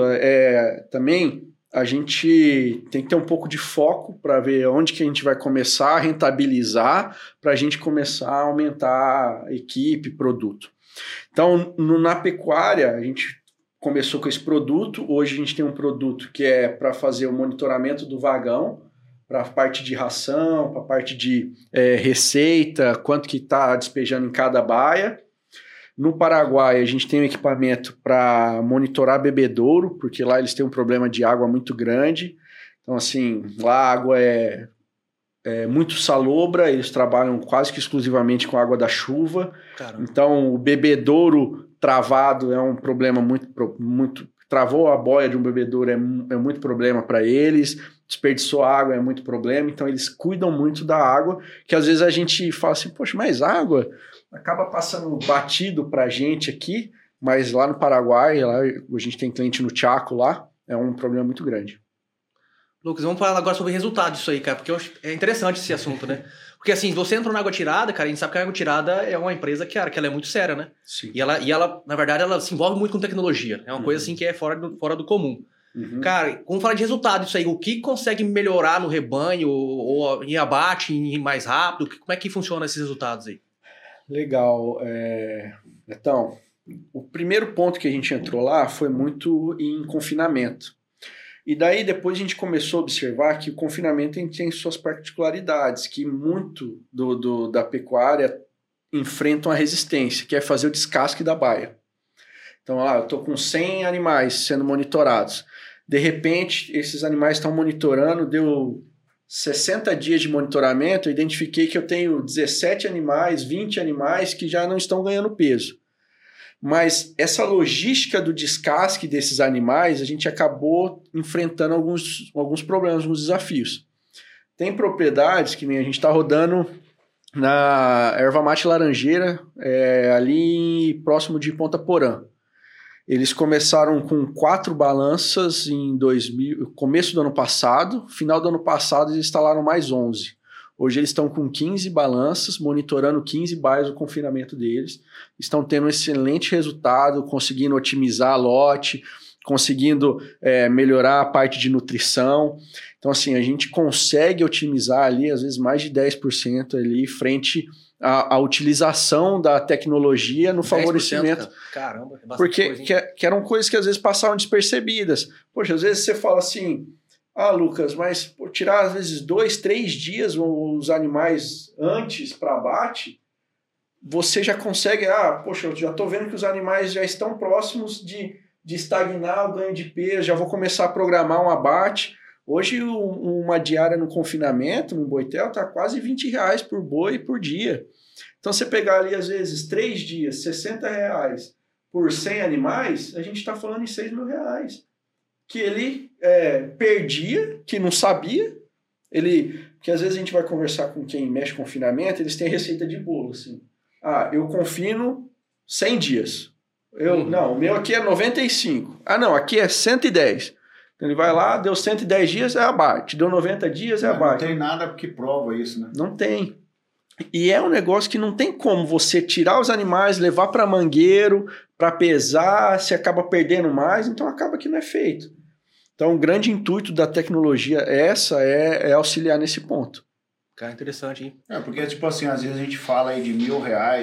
Também a gente tem que ter um pouco de foco para ver onde que a gente vai começar a rentabilizar para a gente começar a aumentar a equipe, produto. Então, na pecuária, a gente começou com esse produto. Hoje a gente tem um produto que é para fazer o monitoramento do vagão, para a parte de ração, para a parte de receita, quanto que está despejando em cada baia. No Paraguai, a gente tem um equipamento para monitorar bebedouro, porque lá eles têm um problema de água muito grande. Então, assim, lá a água é muito salobra, eles trabalham quase que exclusivamente com a água da chuva. Caramba. Então, o bebedouro travado é um problema muito... Travou a boia de um bebedouro é muito problema para eles. Desperdiçou água é muito problema. Então, eles cuidam muito da água, que às vezes a gente fala assim, poxa, mas água acaba passando batido para a gente aqui, mas lá no Paraguai, lá a gente tem cliente no Chaco lá, é um problema muito grande. Lucas, vamos falar agora sobre resultado disso aí, cara, porque é interessante esse assunto, né? Porque assim, você entrou na Água Tirada, cara, a gente sabe que a Água Tirada é uma empresa que ela é muito séria, né? Sim. E ela, na verdade, ela se envolve muito com tecnologia. É uma coisa assim que é fora do comum. Uhum. Cara, vamos falar de resultado disso aí. O que consegue melhorar no rebanho, ou em abate, em mais rápido? Como é que funciona esses resultados aí? Legal. Então, o primeiro ponto que a gente entrou lá foi muito em confinamento. E daí depois a gente começou a observar que o confinamento tem suas particularidades, que muito da pecuária enfrentam a resistência, que é fazer o descasque da baia. Então, eu estou com 100 animais sendo monitorados. De repente, esses animais estão monitorando, deu 60 dias de monitoramento, eu identifiquei que eu tenho 17 animais, 20 animais que já não estão ganhando peso. Mas essa logística do descasque desses animais, a gente acabou enfrentando alguns problemas, alguns desafios. Tem propriedades que nem a gente está rodando na erva mate laranjeira, ali próximo de Ponta Porã. Eles começaram com 4 balanças em começo do ano passado, final do ano passado eles instalaram mais 11. Hoje eles estão com 15 balanças, monitorando 15 baias do confinamento deles. Estão tendo um excelente resultado, conseguindo otimizar lote, conseguindo melhorar a parte de nutrição. Então, assim, a gente consegue otimizar ali, às vezes, mais de 10% ali, frente à utilização da tecnologia no favorecimento. Caramba, é bastante porque coisa, que eram coisas que, às vezes, passavam despercebidas. Poxa, às vezes você fala assim... Lucas, mas por tirar às vezes 2, 3 dias os animais antes para abate, você já consegue, poxa, eu já estou vendo que os animais já estão próximos de estagnar o ganho de peso, já vou começar a programar um abate. Hoje uma diária no confinamento, no Boitel, está quase R$20 por boi por dia. Então você pegar ali às vezes 3 dias, R$60 por 100 animais, a gente está falando em R$6 mil. Que ele perdia, que não sabia, que às vezes a gente vai conversar com quem mexe com confinamento, eles têm receita de bolo, assim. Eu confino 100 dias. Não, o meu aqui é 95. Não, aqui é 110. Então ele vai lá, deu 110 dias, é abate. Deu 90 dias, é abate. Não tem nada que prova isso, né? Não tem. E é um negócio que não tem como você tirar os animais, levar para mangueiro, para pesar, você acaba perdendo mais, então acaba que não é feito. Então, o grande intuito da tecnologia é auxiliar nesse ponto. Cara, interessante, hein? Porque, tipo assim, às vezes a gente fala aí de R$1.000,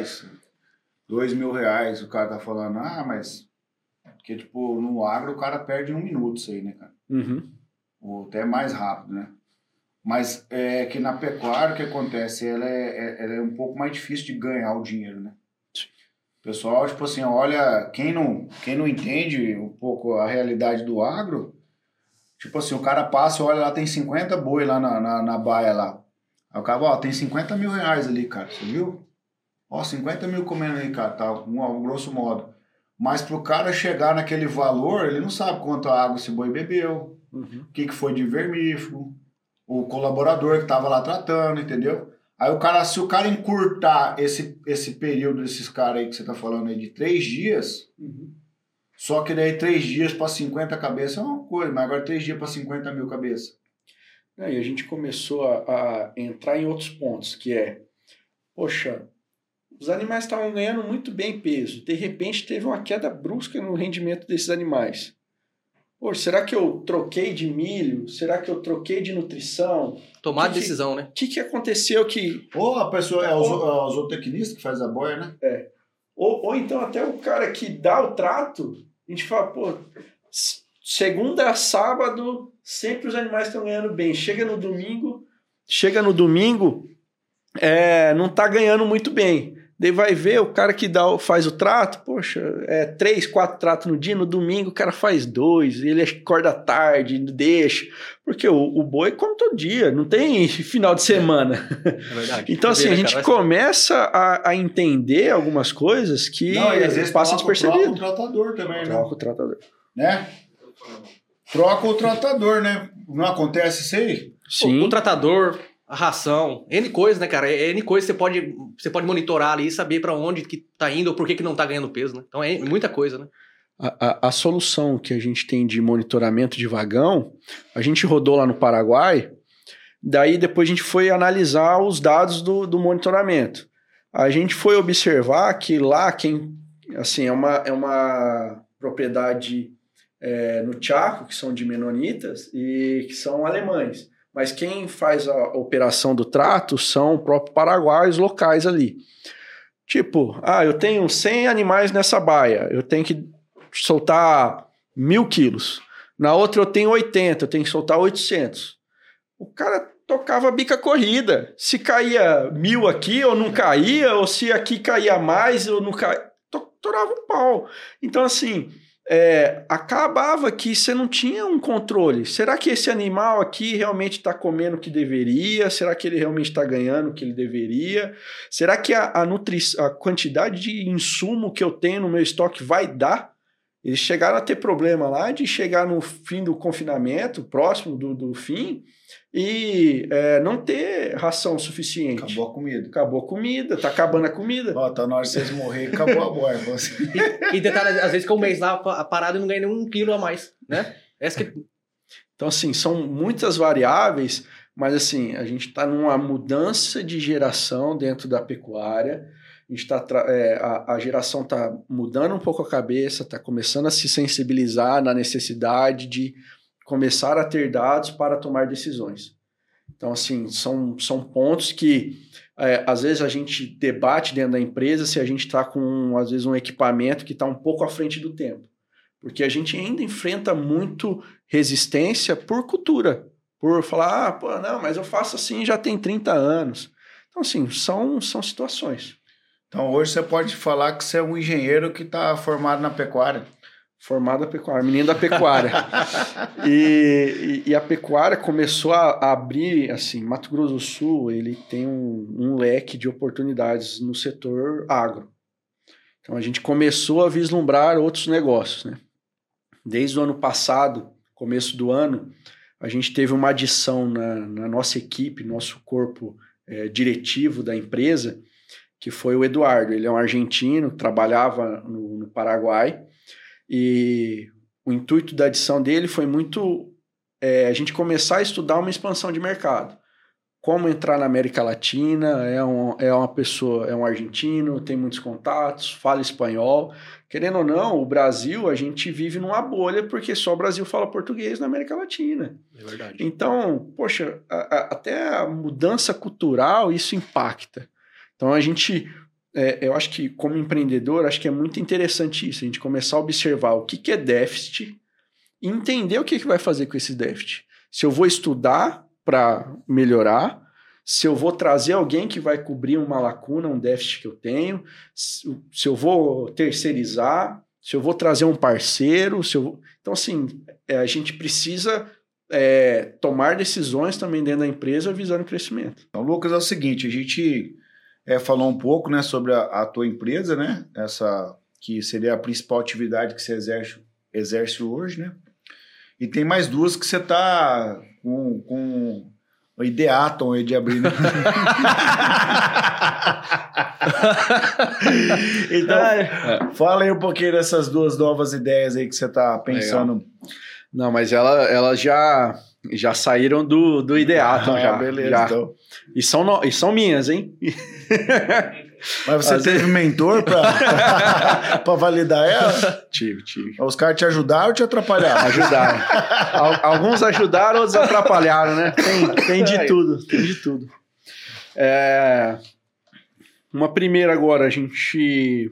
R$2.000, o cara tá falando, mas... Porque, tipo, no agro o cara perde 1 minuto isso aí, né, cara? Uhum. Ou até mais rápido, né? Mas é que na pecuária o que acontece? Ela é um pouco mais difícil de ganhar o dinheiro, né? pessoal, tipo assim, olha, quem não entende um pouco a realidade do agro, tipo assim, o cara passa e olha lá, tem 50 boi lá na baia lá. Aí o cara, ó, tem 50 mil reais ali, cara, você viu? Ó, 50 mil comendo aí, cara, tá, grosso modo. Mas pro cara chegar naquele valor, ele não sabe quanto água esse boi bebeu, o que foi de vermífugo, o colaborador que tava lá tratando, entendeu? Aí o cara, se o cara encurtar esse período desses caras aí que você tá falando aí de 3 dias, só que daí 3 dias para 50 cabeças é uma coisa, mas agora 3 dias para 50 mil cabeças. E a gente começou a entrar em outros pontos, que é, poxa, os animais estavam ganhando muito bem peso. De repente teve uma queda brusca no rendimento desses animais. Poxa, será que eu troquei de milho? Será que eu troquei de nutrição? Tomar decisão, né? O que aconteceu que... Ou a pessoa, é o zootecnista que faz a boia, né? É. Ou então até o cara que dá o trato, a gente fala, pô, segunda a sábado, sempre os animais estão ganhando bem. Chega no domingo, não está ganhando muito bem. Daí vai ver o cara que faz o trato, poxa, 3, 4 tratos no dia, no domingo o cara faz 2, ele acorda tarde, deixa, porque o boi come todo dia, não tem final de semana. É verdade. Então assim, a gente começa a entender algumas coisas que às vezes passa despercebido. Troca o tratador também, né? Troca o tratador. Né? Troca o tratador, né? Não acontece isso aí? Sim. O tratador... A ração, N coisas, né, cara? N coisas você pode monitorar ali e saber para onde que tá indo ou por que não tá ganhando peso, né? Então é muita coisa, né? A solução que a gente tem de monitoramento de vagão, a gente rodou lá no Paraguai, daí depois a gente foi analisar os dados do monitoramento. A gente foi observar que lá, assim, é uma propriedade no Chaco, que são de menonitas e que são alemães. Mas quem faz a operação do trato são próprios paraguaios locais ali. Tipo, eu tenho 100 animais nessa baia, eu tenho que soltar 1.000 quilos. Na outra eu tenho 80, eu tenho que soltar 800. O cara tocava a bica corrida. Se caía 1.000 aqui ou não caía, ou se aqui caía mais ou não caía, torava um pau. Então assim... acabava que você não tinha um controle. Será que esse animal aqui realmente está comendo o que deveria? Será que ele realmente está ganhando o que ele deveria? Será que a quantidade de insumo que eu tenho no meu estoque vai dar? Eles chegaram a ter problema lá de chegar no fim do confinamento, próximo do fim, e não ter ração suficiente. Acabou a comida. Acabou a comida, tá acabando a comida. Tá na hora de vocês morrerem, acabou a boia. E detalhe, às vezes fica um mês lá parado e não ganha nem 1 quilo a mais, né? Então, assim, são muitas variáveis, mas assim, a gente está numa mudança de geração dentro da pecuária. A gente a geração está mudando um pouco a cabeça, está começando a se sensibilizar na necessidade de começar a ter dados para tomar decisões. Então, assim, são pontos que, às vezes, a gente debate dentro da empresa se a gente está com, às vezes, um equipamento que está um pouco à frente do tempo. Porque a gente ainda enfrenta muito resistência por cultura, por falar, não, mas eu faço assim já tem 30 anos. Então, assim, são situações. Então, hoje você pode falar que você é um engenheiro que está formado na pecuária. Formado na pecuária, menino da pecuária. e a pecuária começou a abrir, assim, Mato Grosso do Sul, ele tem um leque de oportunidades no setor agro. Então, a gente começou a vislumbrar outros negócios, né? Desde o ano passado, começo do ano, a gente teve uma adição na nossa equipe, nosso corpo diretivo da empresa, que foi o Eduardo. Ele é um argentino, trabalhava no Paraguai, e o intuito da adição dele foi muito a gente começar a estudar uma expansão de mercado. Como entrar na América Latina, uma pessoa, é um argentino, tem muitos contatos, fala espanhol. Querendo ou não, o Brasil, a gente vive numa bolha porque só o Brasil fala português na América Latina. É verdade. Então, poxa, até a mudança cultural, isso impacta. Então, a gente, eu acho que como empreendedor, acho que é muito interessante isso, a gente começar a observar o que é déficit e entender o que vai fazer com esse déficit. Se eu vou estudar para melhorar, se eu vou trazer alguém que vai cobrir uma lacuna, um déficit que eu tenho, se eu vou terceirizar, se eu vou trazer um parceiro, Então, assim, a gente precisa tomar decisões também dentro da empresa visando o crescimento. Então, Lucas, é o seguinte, a gente falou um pouco, né, sobre a tua empresa, né, essa que seria a principal atividade que você exerce hoje, né, e tem mais duas que você está com o ideaton aí de abrir, né? Então, fala aí um pouquinho dessas duas novas ideias aí que você está pensando. Legal. Não, mas elas já saíram do ideaton, já. Beleza, já. Então. E são minhas, hein? Mas você teve mentor para validar ela? Tive. Os caras te ajudaram ou te atrapalharam? Ajudaram. Alguns ajudaram, outros atrapalharam, né? Tem de tudo. Uma primeira agora, a gente,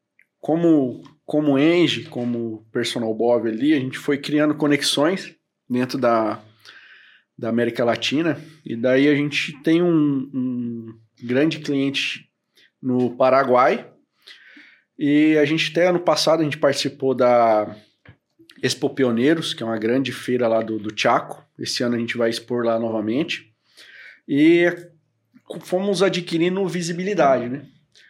como Engie, como Personal Bov ali, a gente foi criando conexões dentro da América Latina, e daí a gente tem um grande cliente no Paraguai, e a gente até ano passado a gente participou da Expo Pioneiros, que é uma grande feira lá do Chaco. Esse ano a gente vai expor lá novamente, e fomos adquirindo visibilidade, né?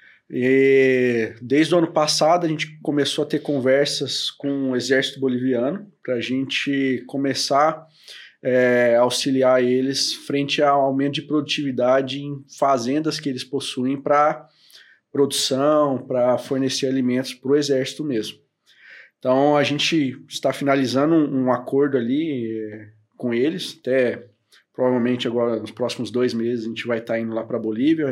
E desde o ano passado a gente começou a ter conversas com o Exército Boliviano para a gente começar a auxiliar eles frente ao aumento de produtividade em fazendas que eles possuem para produção, para fornecer alimentos para o Exército mesmo. Então a gente está finalizando um acordo ali com eles, até provavelmente agora nos próximos 2 meses a gente vai estar indo lá para a Bolívia,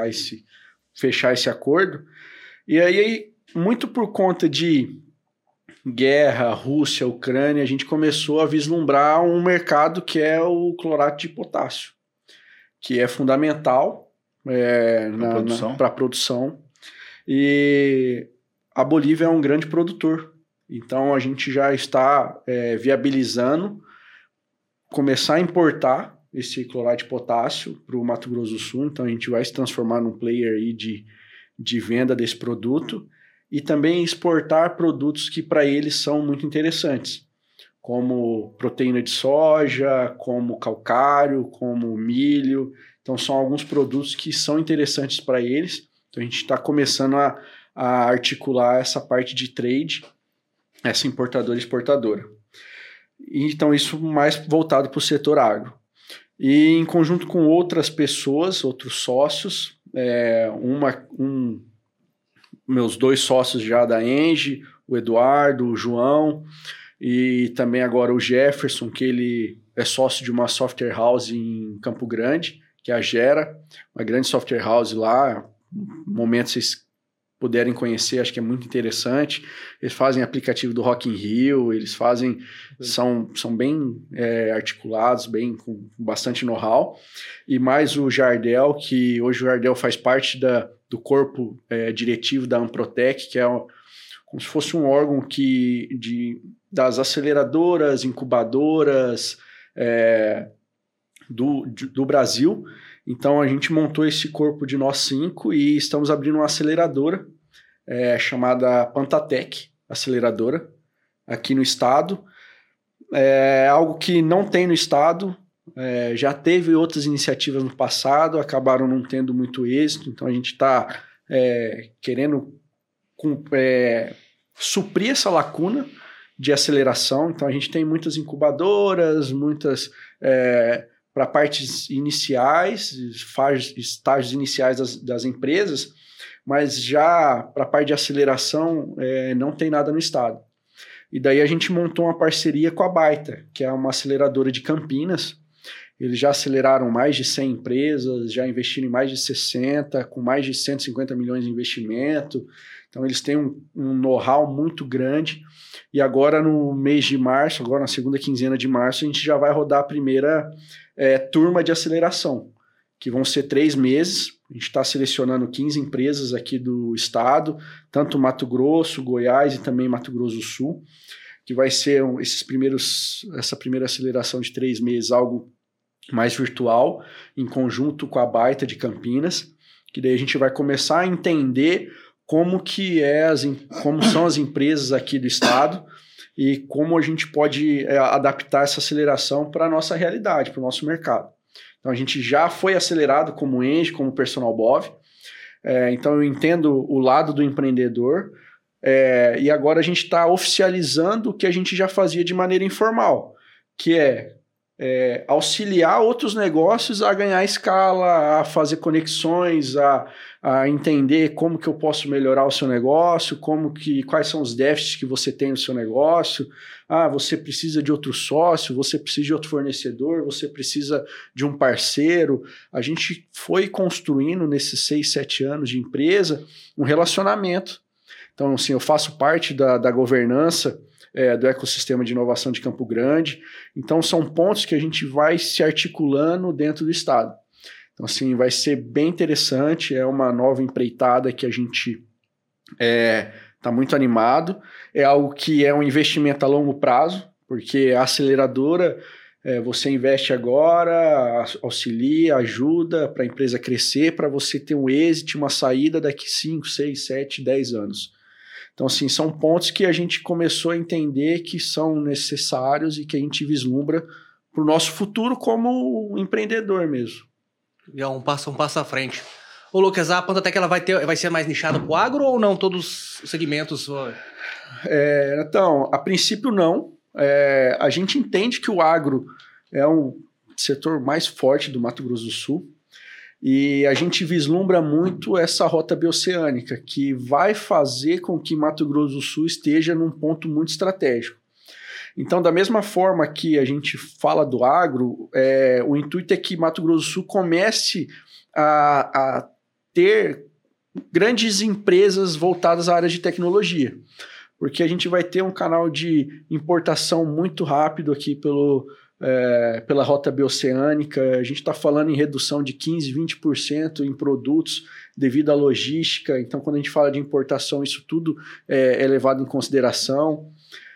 fechar esse acordo. E aí, muito por conta de guerra, Rússia, Ucrânia, a gente começou a vislumbrar um mercado que é o clorato de potássio, que é fundamental para a produção. E a Bolívia é um grande produtor. Então, a gente já está viabilizando começar a importar esse clorato de potássio para o Mato Grosso do Sul. Então, a gente vai se transformar num player aí de venda desse produto e também exportar produtos que para eles são muito interessantes, como proteína de soja, como calcário, como milho. Então, são alguns produtos que são interessantes para eles. Então, a gente está começando a articular essa parte de trade, essa importadora e exportadora. Então, isso mais voltado para o setor agro. E em conjunto com outras pessoas, outros sócios, meus 2 sócios já da Engie, o Eduardo, o João, e também agora o Jefferson, que ele é sócio de uma software house em Campo Grande, que é a Gera, uma grande software house lá. Momento vocês puderem conhecer, acho que é muito interessante. Eles fazem aplicativo do Rock in Rio, eles fazem, são bem articulados, com bastante know-how. E mais o Jardel, que hoje o Jardel faz parte do corpo diretivo da Amprotec, que é como se fosse um órgão das aceleradoras, incubadoras do Brasil. Então a gente montou esse corpo de nós 5 e estamos abrindo uma aceleradora chamada Pantatec Aceleradora aqui no estado. É algo que não tem no estado, já teve outras iniciativas no passado, acabaram não tendo muito êxito, então a gente está querendo suprir essa lacuna de aceleração. Então a gente tem muitas incubadoras, muitas para partes iniciais, estágios iniciais das empresas, mas já para a parte de aceleração não tem nada no estado. E daí a gente montou uma parceria com a Baita, que é uma aceleradora de Campinas. Eles já aceleraram mais de 100 empresas, já investiram em mais de 60, com mais de 150 milhões de investimento. Então eles têm um know-how muito grande. E agora no mês de março, agora na segunda quinzena de março, a gente já vai rodar a primeira turma de aceleração, que vão ser 3 meses. A gente está selecionando 15 empresas aqui do estado, tanto Mato Grosso, Goiás e também Mato Grosso do Sul, que vai ser essa primeira aceleração de 3 meses, algo mais virtual, em conjunto com a Baita de Campinas, que daí a gente vai começar a entender como são as empresas aqui do estado e como a gente pode adaptar essa aceleração para a nossa realidade, para o nosso mercado. Então a gente já foi acelerado como Engie, como Personal Bov, então eu entendo o lado do empreendedor, e agora a gente está oficializando o que a gente já fazia de maneira informal, que auxiliar outros negócios a ganhar escala, a fazer conexões, a entender como que eu posso melhorar o seu negócio, quais são os déficits que você tem no seu negócio. Você precisa de outro sócio, você precisa de outro fornecedor, você precisa de um parceiro. A gente foi construindo nesses 6, 7 anos de empresa um relacionamento. Então, assim, eu faço parte da governança do ecossistema de inovação de Campo Grande. Então, são pontos que a gente vai se articulando dentro do estado. Então, assim, vai ser bem interessante, é uma nova empreitada que a gente está muito animado, é algo que é um investimento a longo prazo, porque a aceleradora, você investe agora, auxilia, ajuda para a empresa crescer, para você ter um êxito, uma saída daqui 5, 6, 7, 10 anos. Então, assim, são pontos que a gente começou a entender que são necessários e que a gente vislumbra para o nosso futuro como empreendedor mesmo. E um passo à frente. Ô, Lucas, a Pantotec vai ser mais nichada para o agro ou não? Todos os segmentos? Então, a princípio não. A gente entende que o agro é um setor mais forte do Mato Grosso do Sul. E a gente vislumbra muito essa rota bioceânica, que vai fazer com que Mato Grosso do Sul esteja num ponto muito estratégico. Então, da mesma forma que a gente fala do agro, o intuito é que Mato Grosso do Sul comece a ter grandes empresas voltadas à área de tecnologia, porque a gente vai ter um canal de importação muito rápido aqui pela rota bioceânica. A gente está falando em redução de 15%, 20% em produtos devido à logística. Então, quando a gente fala de importação, isso tudo é levado em consideração.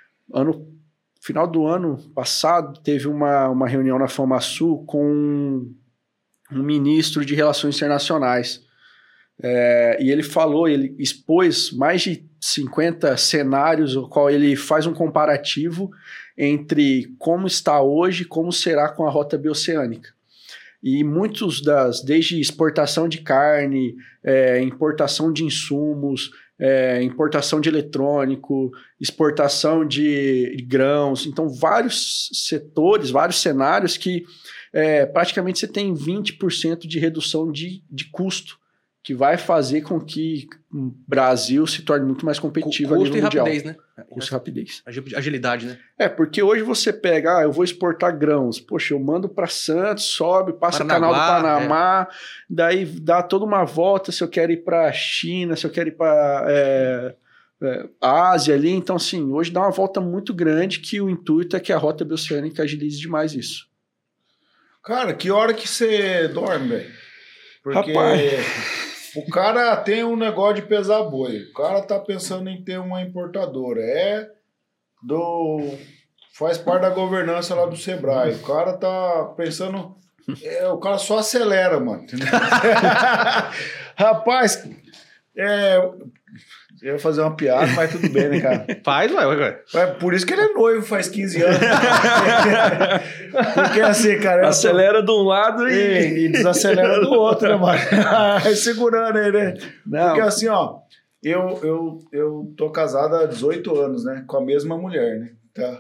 Final do ano passado, teve uma reunião na FamaSul com um ministro de Relações Internacionais. E ele expôs mais de 50 cenários, o qual ele faz um comparativo entre como está hoje e como será com a rota bioceânica. E muitos desde exportação de carne, importação de insumos, importação de eletrônico, exportação de grãos, então vários setores, vários cenários que praticamente você tem 20% de redução de custo, que vai fazer com que o Brasil se torne muito mais competitivo a nível mundial. Custo e rapidez, né? Custo e rapidez. Agilidade, né? Porque hoje você pega, eu vou exportar grãos, poxa, eu mando para Santos, sobe, passa o canal do Panamá, daí dá toda uma volta se eu quero ir para China, se eu quero ir para Ásia ali. Então, assim, hoje dá uma volta muito grande que o intuito é que a rota bioceânica agilize demais isso. Cara, que hora que você dorme, velho? Porque... Rapaz... O cara tem um negócio de pesar boi. O cara tá pensando em ter uma importadora. Faz parte da governança lá do Sebrae. O cara tá pensando... o cara só acelera, mano. Rapaz, eu ia fazer uma piada, mas tudo bem, né, cara? Faz, ué. Por isso que ele é noivo, faz 15 anos. Porque assim, cara... Acelera de um lado e desacelera do outro, né, mano? Segurando aí, né? Não. Porque assim, ó, eu tô casado há 18 anos, né? Com a mesma mulher, né? Tá.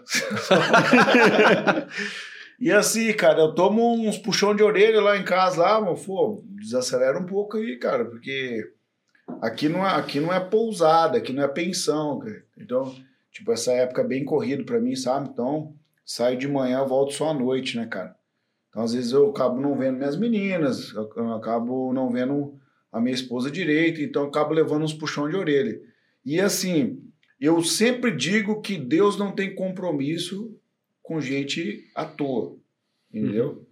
E assim, cara, eu tomo uns puxão de orelha lá em casa, lá, mano, desacelera um pouco aí, cara, porque... Aqui não é pousada, aqui não é pensão, cara. Então, tipo, essa época é bem corrido pra mim, sabe? Então, saio de manhã, volto só à noite, né, cara? Então, às vezes eu acabo não vendo minhas meninas, eu acabo não vendo a minha esposa direito, então eu acabo levando uns puxão de orelha. E assim, eu sempre digo que Deus não tem compromisso com gente à toa, entendeu?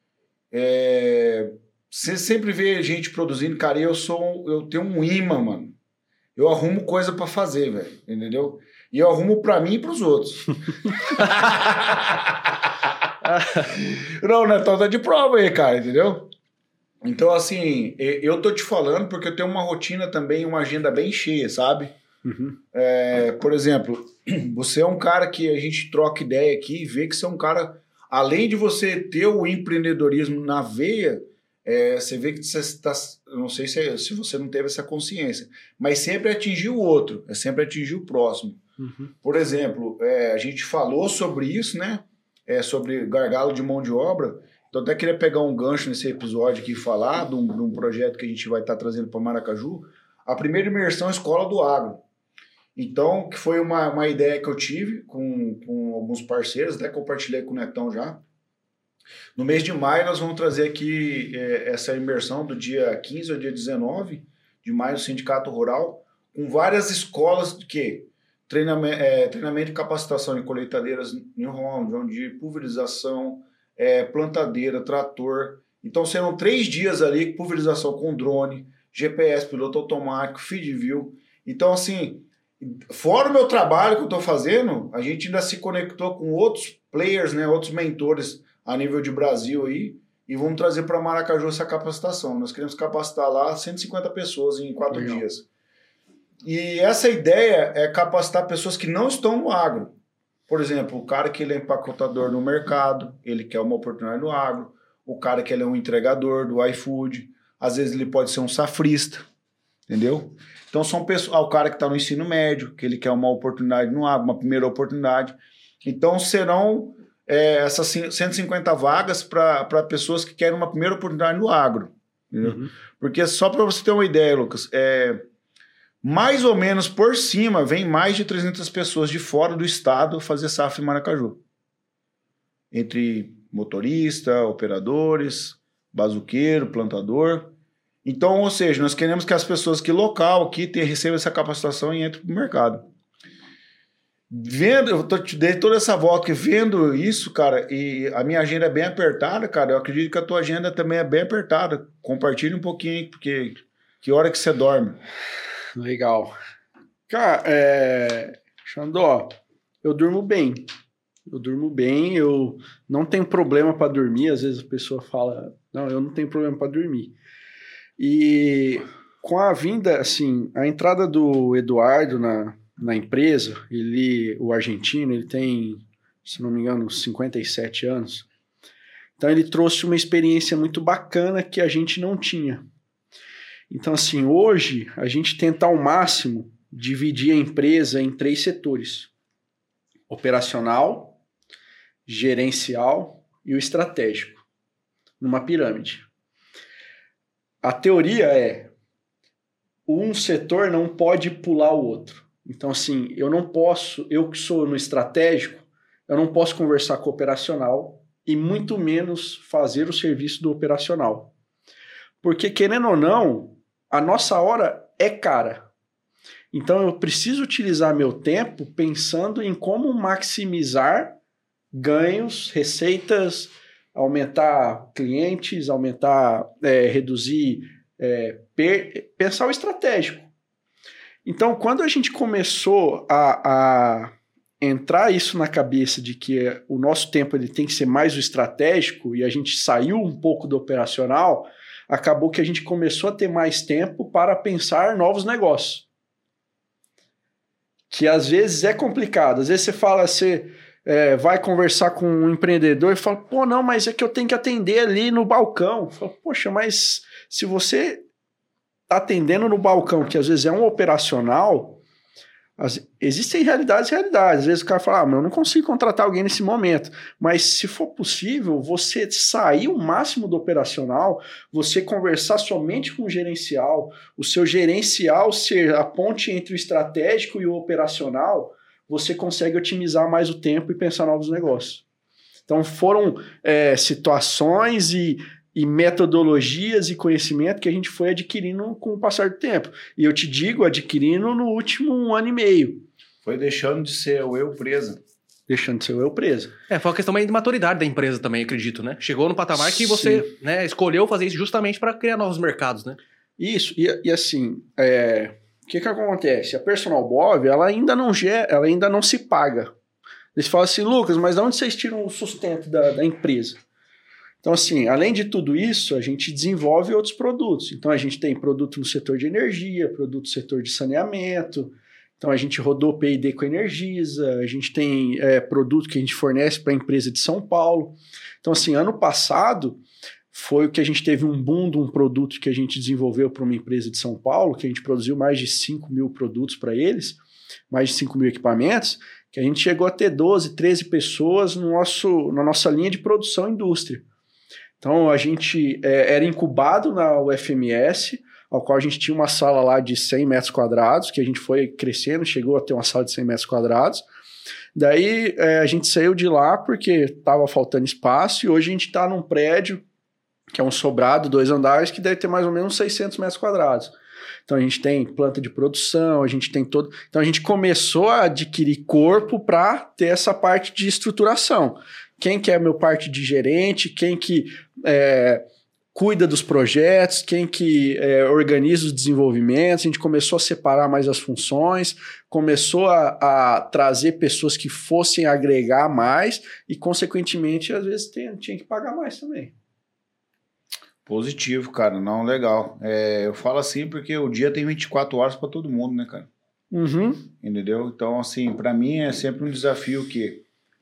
Você sempre vê gente produzindo, cara, eu tenho um imã, mano. Eu arrumo coisa pra fazer, velho, entendeu? E eu arrumo pra mim e pros outros. Não, o Netão tá de prova aí, cara, entendeu? Então, assim, eu tô te falando porque eu tenho uma rotina também, uma agenda bem cheia, sabe? Uhum. Por exemplo, você é um cara que a gente troca ideia aqui e vê que você é um cara, além de você ter o empreendedorismo na veia, você vê que você está, não sei se você não teve essa consciência, mas sempre atingir o outro, sempre atingir o próximo. Uhum. Por exemplo, a gente falou sobre isso, né? Sobre gargalo de mão de obra. Então, até queria pegar um gancho nesse episódio aqui e falar de um projeto que a gente vai estar trazendo para Maracaju. A primeira imersão Escola do Agro. Então, que foi uma ideia que eu tive com alguns parceiros, até compartilhei com o Netão já. No mês de maio, nós vamos trazer aqui essa imersão do dia 15 ao dia 19 de maio no Sindicato Rural, com várias escolas de treinamento e capacitação em colheitadeiras New Holland, onde pulverização, plantadeira, trator. Então serão 3 dias ali, pulverização com drone, GPS, piloto automático, feed view. Então, assim, fora o meu trabalho que eu estou fazendo, a gente ainda se conectou com outros players, né, outros mentores a nível de Brasil aí, e vamos trazer para Maracaju essa capacitação. Nós queremos capacitar lá 150 pessoas em 4 dias. E essa ideia é capacitar pessoas que não estão no agro. Por exemplo, o cara que ele é empacotador no mercado, ele quer uma oportunidade no agro. O cara que ele é um entregador do iFood. Às vezes ele pode ser um safrista, entendeu? Então são pessoas, o cara que está no ensino médio, que ele quer uma oportunidade no agro, uma primeira oportunidade. Então serão essas 150 vagas para pessoas que querem uma primeira oportunidade no agro. Entendeu? Uhum. Porque só para você ter uma ideia, Lucas, mais ou menos por cima, vem mais de 300 pessoas de fora do estado fazer safra em Maracaju. Entre motorista, operadores, bazuqueiro, plantador. Então, ou seja, nós queremos que as pessoas que local aqui recebam essa capacitação e entrem para o mercado. Eu te dei toda essa volta, vendo isso, cara, e a minha agenda é bem apertada, cara. Eu acredito que a tua agenda também é bem apertada. Compartilha um pouquinho, porque que hora que você dorme? Legal. Cara, Xandó, eu durmo bem. Eu não tenho problema para dormir. Às vezes a pessoa fala, não, eu não tenho problema para dormir. E com a vinda, assim, a entrada do Eduardo na empresa, o argentino, ele tem, se não me engano, 57 anos. Então ele trouxe uma experiência muito bacana que a gente não tinha. Então, assim, hoje a gente tenta ao máximo dividir a empresa em 3 setores: operacional, gerencial e o estratégico, numa pirâmide. A teoria é: um setor não pode pular o outro. Então, assim, eu que sou no estratégico, eu não posso conversar com o operacional e muito menos fazer o serviço do operacional. Porque, querendo ou não, a nossa hora é cara. Então, eu preciso utilizar meu tempo pensando em como maximizar ganhos, receitas, aumentar clientes, reduzir, pensar o estratégico. Então, quando a gente começou a entrar isso na cabeça de que o nosso tempo ele tem que ser mais o estratégico e a gente saiu um pouco do operacional, acabou que a gente começou a ter mais tempo para pensar novos negócios. Que às vezes é complicado. Às vezes você fala, vai conversar com um empreendedor e fala, pô, não, mas é que eu tenho que atender ali no balcão. Fala, poxa, mas se você está atendendo no balcão, que às vezes é um operacional, existem realidades. Às vezes o cara fala, eu não consigo contratar alguém nesse momento. Mas se for possível, você sair o máximo do operacional, você conversar somente com o gerencial, o seu gerencial ser a ponte entre o estratégico e o operacional, você consegue otimizar mais o tempo e pensar novos negócios. Então foram situações e metodologias e conhecimento que a gente foi adquirindo com o passar do tempo. E eu te digo, adquirindo no último 1 ano e meio. Foi deixando de ser o eu presa. Deixando de ser o eu presa. Foi uma questão de maturidade da empresa também, acredito, né? Chegou no patamar que você escolheu fazer isso justamente para criar novos mercados, né? Isso, e assim, o que acontece? A Personal Bov, ela ainda não se paga. Eles falam assim, Lucas, mas de onde vocês tiram o sustento da empresa? Então, assim, além de tudo isso, a gente desenvolve outros produtos. Então, a gente tem produto no setor de energia, produto no setor de saneamento. Então, a gente rodou P&D com a Energisa. A gente tem produto que a gente fornece para a empresa de São Paulo. Então, assim, ano passado foi o que a gente teve um boom de um produto que a gente desenvolveu para uma empresa de São Paulo, que a gente produziu mais de 5 mil produtos para eles, mais de 5 mil equipamentos, que a gente chegou a ter 12, 13 pessoas na nossa linha de produção indústria. Então, a gente era incubado na UFMS, ao qual a gente tinha uma sala lá de 100 metros quadrados, que a gente foi crescendo, chegou a ter uma sala de 100 metros quadrados. Daí, a gente saiu de lá porque estava faltando espaço e hoje a gente está num prédio, que é um sobrado, 2 andares, que deve ter mais ou menos 600 metros quadrados. Então, a gente tem planta de produção, a gente tem todo... Então, a gente começou a adquirir corpo para ter essa parte de estruturação. Quem que é a minha parte de gerente, quem que cuida dos projetos, quem que organiza os desenvolvimentos, a gente começou a separar mais as funções, começou a trazer pessoas que fossem agregar mais e, consequentemente, às vezes tinha que pagar mais também. Positivo, cara. Não, legal. Eu falo assim porque o dia tem 24 horas para todo mundo, né, cara? Uhum. Entendeu? Então, assim, para mim é sempre um desafio que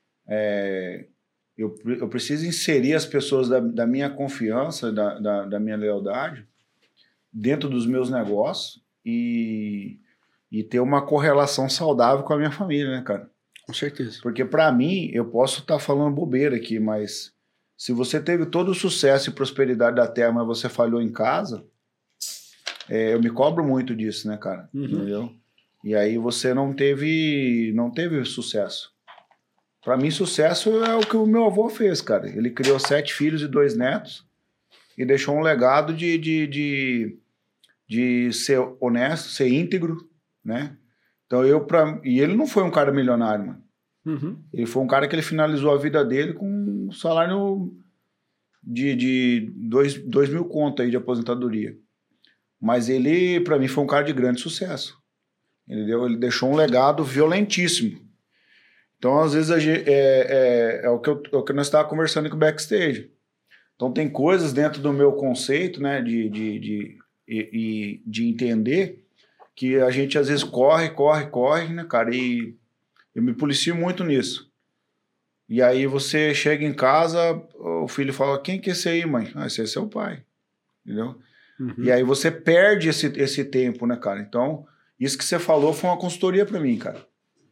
eu preciso inserir as pessoas da minha confiança, da minha lealdade dentro dos meus negócios e ter uma correlação saudável com a minha família, né, cara? Com certeza. Porque para mim, eu posso estar falando bobeira aqui, mas se você teve todo o sucesso e prosperidade da terra, mas você falhou em casa, eu me cobro muito disso, né, cara? Uhum. Entendeu? E aí você não teve sucesso. Para mim, sucesso é o que o meu avô fez, cara. Ele criou 7 filhos e 2 netos e deixou um legado de ser honesto, ser íntegro, né? Então, e ele não foi um cara milionário, mano. Uhum. Ele foi um cara que ele finalizou a vida dele com um salário de 2 mil conto aí de aposentadoria. Mas ele, para mim, foi um cara de grande sucesso. Entendeu? Ele deixou um legado violentíssimo. Então, às vezes, é o que nós estávamos conversando aqui no backstage. Então, tem coisas dentro do meu conceito, né, de entender que a gente, às vezes, corre, né, cara, e eu me policio muito nisso. E aí você chega em casa, o filho fala, quem que é esse aí, mãe? Esse é seu pai, entendeu? Uhum. E aí você perde esse tempo, né, cara? Então, isso que você falou foi uma consultoria para mim, cara.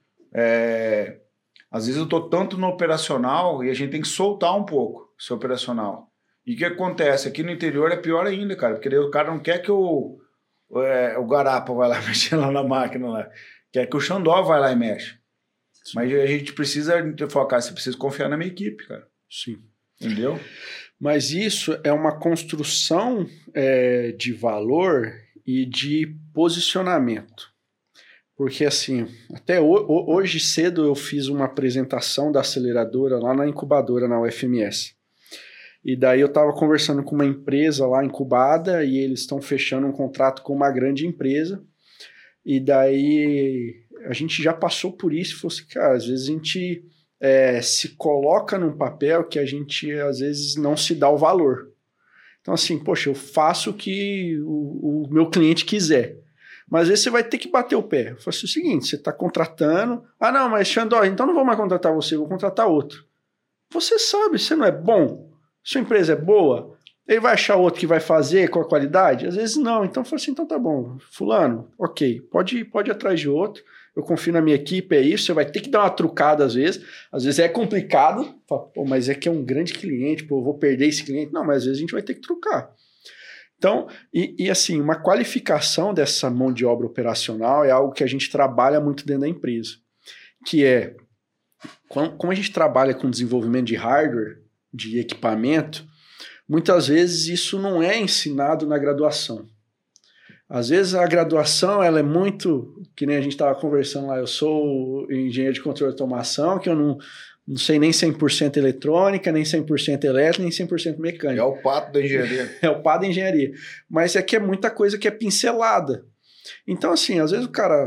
Às vezes eu tô tanto no operacional e a gente tem que soltar um pouco esse operacional. E o que acontece? Aqui no interior é pior ainda, cara, porque daí o cara não quer que o garapa vai lá mexer lá na máquina lá. Quer que o Xandó vai lá e mexe. Sim. Mas a gente precisa focar, você precisa confiar na minha equipe, cara. Sim. Entendeu? Mas isso é uma construção de valor e de posicionamento. Porque, assim, até hoje cedo eu fiz uma apresentação da aceleradora lá na incubadora, na UFMS. E daí eu estava conversando com uma empresa lá incubada e eles estão fechando um contrato com uma grande empresa. E daí a gente já passou por isso e falou assim, cara, às vezes a gente se coloca num papel que a gente às vezes não se dá o valor. Então assim, poxa, eu faço o que o meu cliente quiser. Mas às vezes você vai ter que bater o pé. Eu falo assim, o seguinte, você está contratando... Ah, não, mas Xandó, então não vou mais contratar você, vou contratar outro. Você sabe, você não é bom? Sua empresa é boa? Ele vai achar outro que vai fazer com a qualidade? Às vezes não. Então eu falo assim, então tá bom, fulano, ok, pode ir atrás de outro. Eu confio na minha equipe, é isso. Você vai ter que dar uma trucada às vezes. Às vezes é complicado. Fala, pô, mas é que é um grande cliente, pô, eu vou perder esse cliente. Não, mas às vezes a gente vai ter que trucar. Então, e assim, uma qualificação dessa mão de obra operacional é algo que a gente trabalha muito dentro da empresa, que é, como a gente trabalha com desenvolvimento de hardware, de equipamento, muitas vezes isso não é ensinado na graduação. Às vezes a graduação ela é muito, que nem a gente estava conversando lá, eu sou engenheiro de controle de automação, que eu não sei nem 100% eletrônica, nem 100% elétrica, nem 100% mecânica. É o pato da engenharia. É o pato da engenharia. Mas é que é muita coisa que é pincelada. Então, assim, às vezes o cara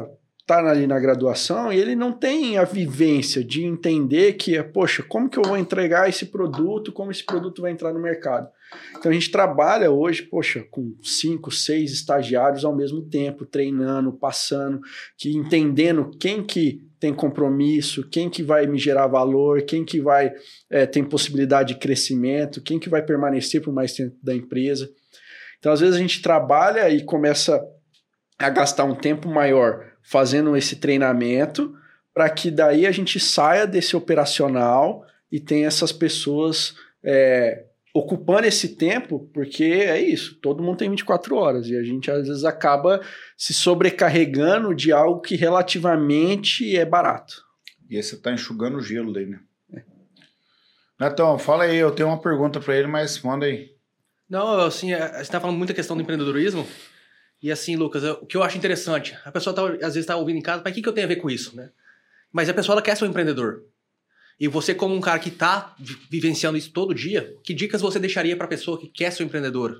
tá ali na graduação e ele não tem a vivência de entender que, poxa, como que eu vou entregar esse produto, como esse produto vai entrar no mercado. Então a gente trabalha hoje, poxa, com 5, 6 estagiários ao mesmo tempo, treinando, passando, entendendo quem que tem compromisso, quem que vai me gerar valor, quem que vai tem possibilidade de crescimento, quem que vai permanecer por mais tempo da empresa. Então às vezes a gente trabalha e começa a gastar um tempo maior fazendo esse treinamento para que daí a gente saia desse operacional e tenha essas pessoas ocupando esse tempo, porque é isso, todo mundo tem 24 horas e a gente às vezes acaba se sobrecarregando de algo que relativamente é barato. E aí você está enxugando o gelo daí, né? Netão, fala aí, eu tenho uma pergunta para ele, mas manda aí. Não, assim, você está falando muita questão do empreendedorismo. E assim, Lucas, o que eu acho interessante, a pessoa às vezes está ouvindo em casa, mas o que eu tenho a ver com isso, né? Mas a pessoa ela quer ser um empreendedor. E você, como um cara que está vivenciando isso todo dia, que dicas você deixaria para a pessoa que quer ser um empreendedor?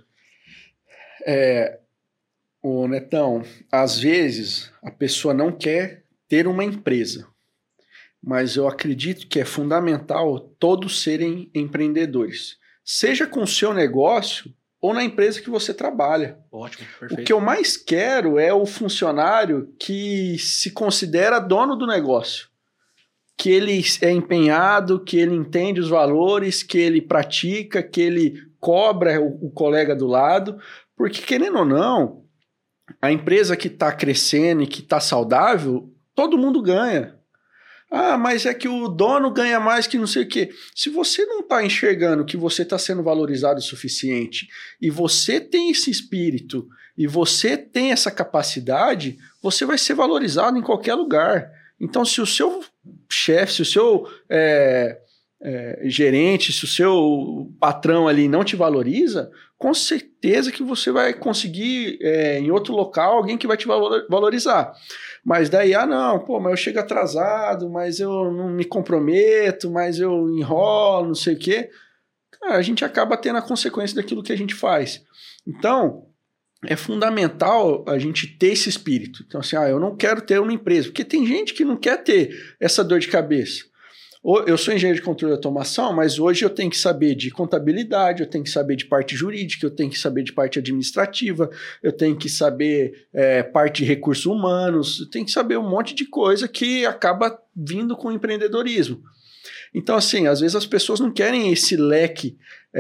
Ô Netão, às vezes a pessoa não quer ter uma empresa, mas eu acredito que é fundamental todos serem empreendedores. Seja com o seu negócio ou na empresa que você trabalha. Ótimo, perfeito. O que eu mais quero é o funcionário que se considera dono do negócio. Que ele é empenhado, que ele entende os valores, que ele pratica, que ele cobra o colega do lado. Porque, querendo ou não, a empresa que está crescendo e que está saudável, todo mundo ganha. Ah, mas é que o dono ganha mais que não sei o quê. Se você não está enxergando que você está sendo valorizado o suficiente e você tem esse espírito e você tem essa capacidade, você vai ser valorizado em qualquer lugar. Então, se o seu chefe, se o seu gerente, se o seu patrão ali não te valoriza, com certeza que você vai conseguir em outro local alguém que vai te valorizar. Mas daí, mas eu chego atrasado, mas eu não me comprometo, mas eu enrolo, não sei o quê. Cara, a gente acaba tendo a consequência daquilo que a gente faz. Então, é fundamental a gente ter esse espírito. Então, assim, eu não quero ter uma empresa, porque tem gente que não quer ter essa dor de cabeça. Eu sou engenheiro de controle de automação, mas hoje eu tenho que saber de contabilidade, eu tenho que saber de parte jurídica, eu tenho que saber de parte administrativa, eu tenho que saber parte de recursos humanos, eu tenho que saber um monte de coisa que acaba vindo com o empreendedorismo. Então, assim, às vezes as pessoas não querem esse leque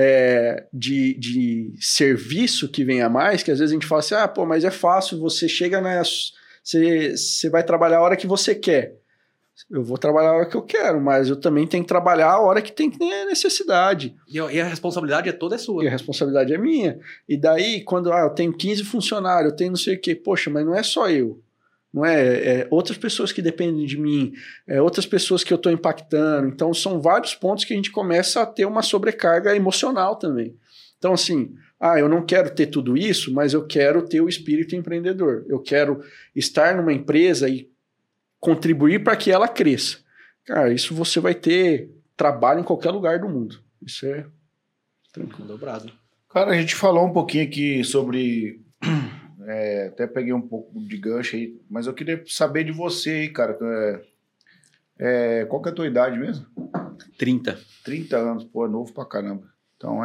de serviço que vem a mais, que às vezes a gente fala assim, mas é fácil, você chega você vai trabalhar a hora que você quer. Eu vou trabalhar a hora que eu quero, mas eu também tenho que trabalhar a hora que tem necessidade. E a responsabilidade toda é sua. E a responsabilidade é minha. E daí, quando eu tenho 15 funcionários, eu tenho não sei o quê, poxa, mas não é só eu. Não é outras pessoas que dependem de mim, outras pessoas que eu estou impactando. Então, são vários pontos que a gente começa a ter uma sobrecarga emocional também. Então, assim, eu não quero ter tudo isso, mas eu quero ter o espírito empreendedor. Eu quero estar numa empresa e contribuir para que ela cresça. Cara, isso você vai ter trabalho em qualquer lugar do mundo. Isso é tranquilo. Dobrado. Cara, a gente falou um pouquinho aqui sobre... até peguei um pouco de gancho aí, mas eu queria saber de você aí, cara. Qual que é a tua idade mesmo? 30. 30 anos, pô, é novo pra caramba. Então,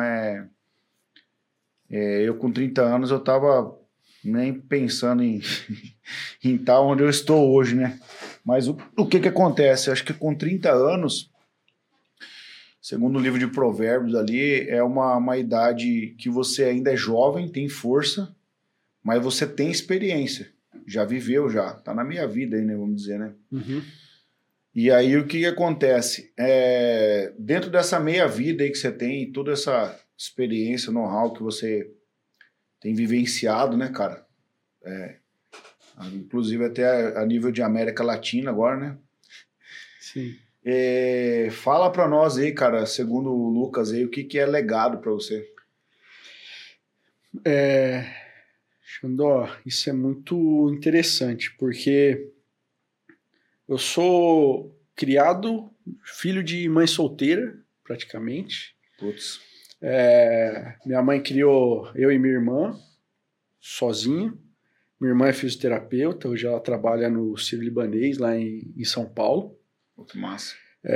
eu com 30 anos, eu tava nem pensando em estar onde eu estou hoje, né? Mas o que acontece? Eu acho que com 30 anos, segundo o livro de Provérbios ali, é uma idade que você ainda é jovem, tem força, mas você tem experiência. Já viveu, tá na minha vida aí, né? Vamos dizer, né? Uhum. E aí o que acontece? Dentro dessa meia vida aí que você tem, toda essa experiência, know-how que você tem vivenciado, né, cara? Inclusive até a nível de América Latina agora, né? Sim. Fala pra nós aí, cara, segundo o Lucas aí, o que é legado pra você? Xandó, isso é muito interessante, porque eu sou criado, filho de mãe solteira, praticamente. Putz. Minha mãe criou eu e minha irmã, sozinho. Minha irmã é fisioterapeuta, hoje ela trabalha no Sírio-Libanês, lá em São Paulo. Que massa.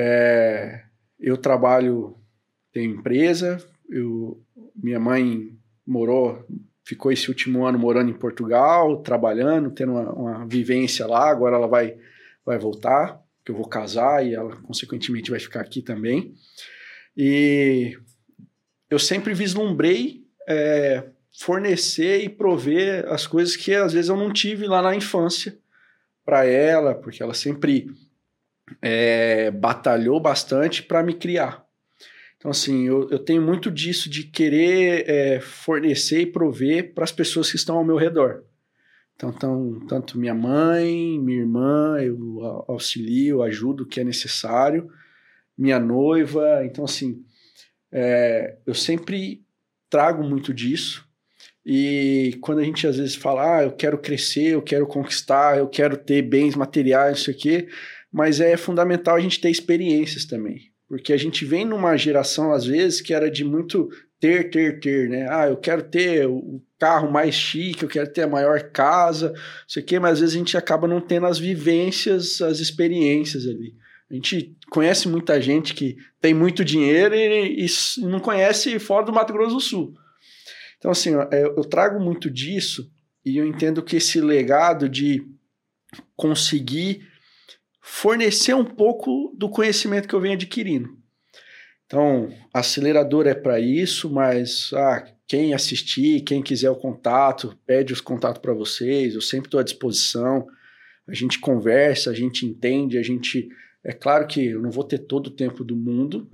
Eu trabalho, tenho empresa, minha mãe ficou esse último ano morando em Portugal, trabalhando, tendo uma vivência lá, agora ela vai voltar, que eu vou casar e ela, consequentemente, vai ficar aqui também. E eu sempre vislumbrei fornecer e prover as coisas que, às vezes, eu não tive lá na infância para ela, porque ela sempre batalhou bastante para me criar. Então, assim, eu tenho muito disso de querer fornecer e prover para as pessoas que estão ao meu redor. Então, tanto minha mãe, minha irmã, eu auxilio, ajudo o que é necessário, minha noiva. Então, assim, eu sempre trago muito disso. E quando a gente às vezes fala, eu quero crescer, eu quero conquistar, eu quero ter bens materiais, isso aqui, mas é fundamental a gente ter experiências também. Porque a gente vem numa geração, às vezes, que era de muito ter, né? Eu quero ter o carro mais chique, eu quero ter a maior casa, isso aqui, mas às vezes a gente acaba não tendo as vivências, as experiências ali. A gente conhece muita gente que tem muito dinheiro e não conhece fora do Mato Grosso do Sul. Então, assim, eu trago muito disso e eu entendo que esse legado de conseguir fornecer um pouco do conhecimento que eu venho adquirindo. Então, a aceleradora é para isso, mas quem assistir, quem quiser o contato, pede os contatos para vocês, eu sempre estou à disposição. A gente conversa, a gente entende, é claro que eu não vou ter todo o tempo do mundo,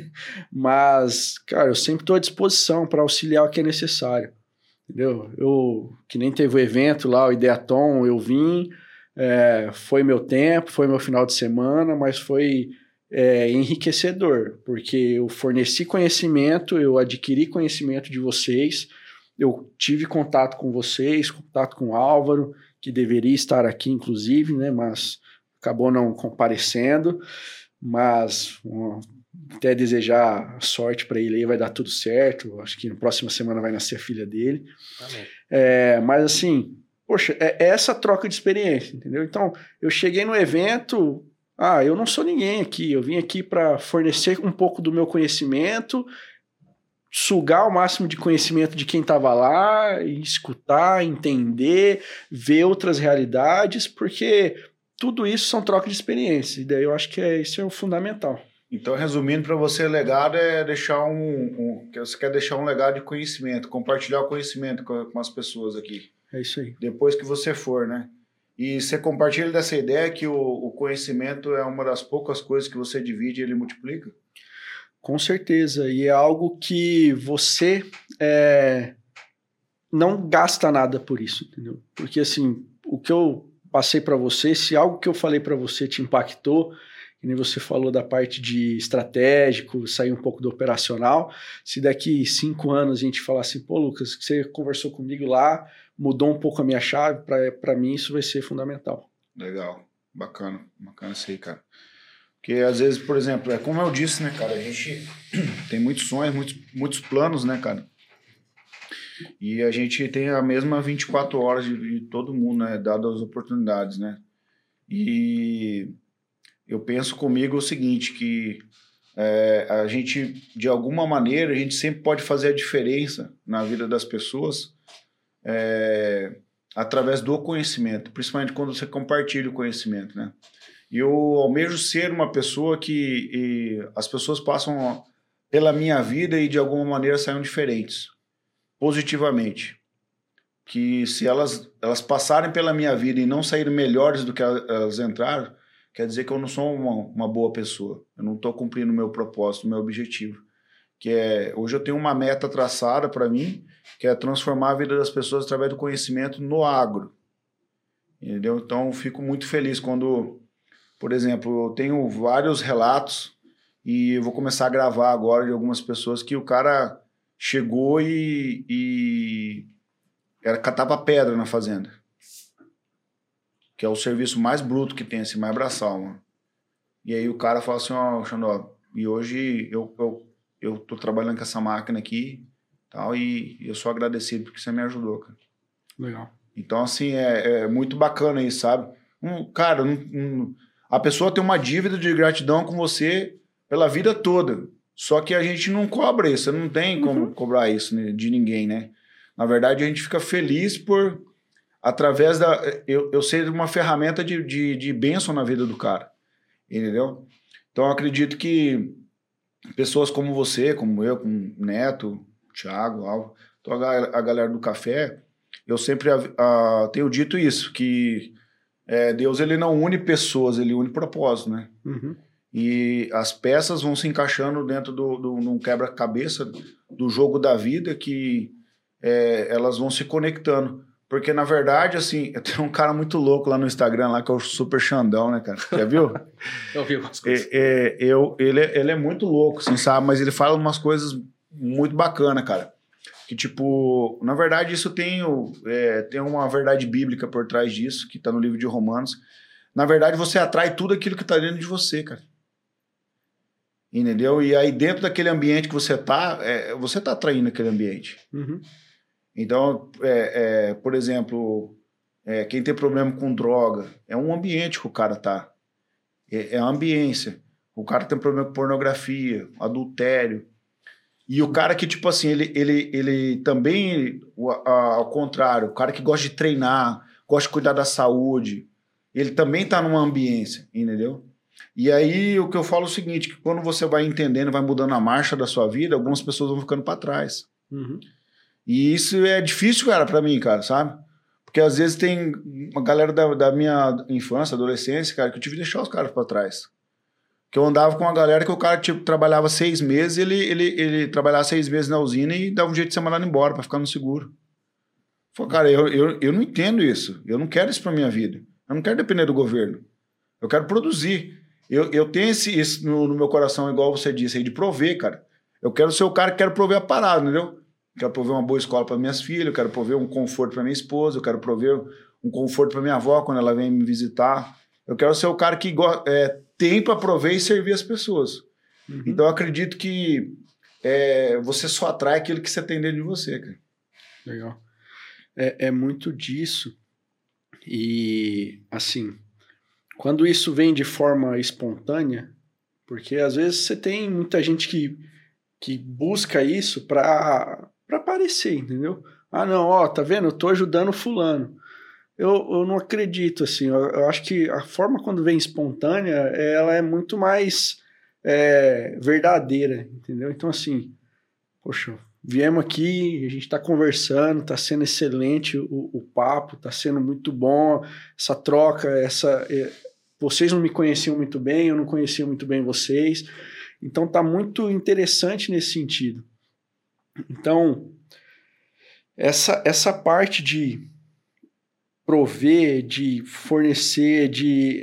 mas, cara, eu sempre estou à disposição para auxiliar o que é necessário, entendeu? Que nem teve o evento lá, o Ideaton, eu vim, foi meu tempo, foi meu final de semana, mas foi enriquecedor, porque eu forneci conhecimento, eu adquiri conhecimento de vocês, eu tive contato com vocês, contato com o Álvaro, que deveria estar aqui, inclusive, né, mas acabou não comparecendo, mas até desejar sorte para ele aí, vai dar tudo certo, acho que na próxima semana vai nascer a filha dele. Amém. Mas assim, poxa, é essa troca de experiência, entendeu? Então, eu cheguei no evento, eu não sou ninguém aqui, eu vim aqui para fornecer um pouco do meu conhecimento, sugar o máximo de conhecimento de quem estava lá, escutar, entender, ver outras realidades, porque tudo isso são trocas de experiência, e daí eu acho que isso é o fundamental. Então, resumindo, para você, legado é deixar você quer deixar um legado de conhecimento, compartilhar o conhecimento com as pessoas aqui. É isso aí. Depois que você for, né? E você compartilha dessa ideia que o conhecimento é uma das poucas coisas que você divide e ele multiplica? Com certeza, e é algo que você não gasta nada por isso, entendeu? Porque assim, o que eu passei para você, se algo que eu falei para você te impactou, e nem você falou da parte de estratégico, sair um pouco do operacional, se daqui 5 anos a gente falar assim, pô, Lucas, que você conversou comigo lá, mudou um pouco a minha chave, para mim isso vai ser fundamental. Legal, bacana isso aí, cara. Porque às vezes, por exemplo, como eu disse, né, cara, a gente tem muitos sonhos, muitos planos, né, cara? E a gente tem a mesma 24 horas de todo mundo, né, dadas as oportunidades, né? E eu penso comigo o seguinte, que a gente, de alguma maneira, a gente sempre pode fazer a diferença na vida das pessoas através do conhecimento, principalmente quando você compartilha o conhecimento, né? E eu almejo ser uma pessoa que as pessoas passam pela minha vida e de alguma maneira saiam diferentes, positivamente. Que se elas passarem pela minha vida e não saírem melhores do que elas entraram, quer dizer que eu não sou uma boa pessoa. Eu não estou cumprindo o meu propósito, o meu objetivo. Hoje eu tenho uma meta traçada para mim, que é transformar a vida das pessoas através do conhecimento no agro. Entendeu? Então eu fico muito feliz quando, por exemplo, eu tenho vários relatos e eu vou começar a gravar agora de algumas pessoas que o cara chegou e catava pedra na fazenda. Que é o serviço mais bruto que tem, assim, mais braçal, mano. E aí o cara fala assim, Xandó, e hoje eu tô trabalhando com essa máquina aqui tal, e eu sou agradecido porque você me ajudou, cara. Legal. Então, assim, é muito bacana isso, sabe? Cara, a pessoa tem uma dívida de gratidão com você pela vida toda. Só que a gente não cobra isso, não tem como cobrar isso de ninguém, né? Na verdade, a gente fica feliz por, através eu ser uma ferramenta de bênção na vida do cara, entendeu? Então, eu acredito que pessoas como você, como eu, como o Neto, o Thiago, Alvo, então a galera do café, eu sempre tenho dito isso, que Deus ele não une pessoas, ele une propósito, né? E as peças vão se encaixando dentro de um quebra-cabeça do jogo da vida que elas vão se conectando. Porque, na verdade, assim, eu tenho um cara muito louco lá no Instagram, lá, que é o Super Xandão, né, cara? Já viu? Eu vi algumas coisas. Ele é muito louco, assim, sabe? Mas ele fala umas coisas muito bacanas, cara. Que, tipo, na verdade, isso tem uma verdade bíblica por trás disso, que tá no livro de Romanos. Na verdade, você atrai tudo aquilo que tá dentro de você, cara. Entendeu? E aí, dentro daquele ambiente que você tá atraindo aquele ambiente. Então, por exemplo, quem tem problema com droga, é um ambiente que o cara tá. É a ambiência. O cara tem problema com pornografia, adultério. E o cara que, tipo assim, ele também, ao contrário, o cara que gosta de treinar, gosta de cuidar da saúde, ele também tá numa ambiência, entendeu? E aí, o que eu falo é o seguinte, que quando você vai entendendo, vai mudando a marcha da sua vida, algumas pessoas vão ficando para trás. E isso é difícil, cara, para mim, cara, sabe? Porque às vezes tem uma galera da minha infância, adolescência, cara, que eu tive que deixar os caras para trás. Que eu andava com uma galera que o cara, tipo, trabalhava 6 meses, ele trabalhava 6 meses na usina e dava um jeito de ser mandado embora para ficar no seguro. Falei, cara, eu não entendo isso. Eu não quero isso pra minha vida. Eu não quero depender do governo. Eu quero produzir. Eu tenho isso no meu coração, igual você disse aí, de prover, cara. Eu quero ser o cara que quero prover a parada, entendeu? Eu quero prover uma boa escola para minhas filhas, eu quero prover um conforto para minha esposa, eu quero prover um conforto para minha avó quando ela vem me visitar. Eu quero ser o cara que tem para prover e servir as pessoas. Então, eu acredito que você só atrai aquilo que você tem dentro de você, cara. Legal. É muito disso. E, assim, quando isso vem de forma espontânea, porque às vezes você tem muita gente que busca isso para aparecer, entendeu? Ah, não, ó, tá vendo? Eu tô ajudando fulano. Eu não acredito, assim. Eu acho que a forma quando vem espontânea, ela é muito mais verdadeira, entendeu? Então, assim, poxa, viemos aqui, a gente tá conversando, tá sendo excelente o papo, tá sendo muito bom, essa troca, vocês não me conheciam muito bem, eu não conhecia muito bem vocês, então tá muito interessante nesse sentido. Então, essa parte de prover, de fornecer, de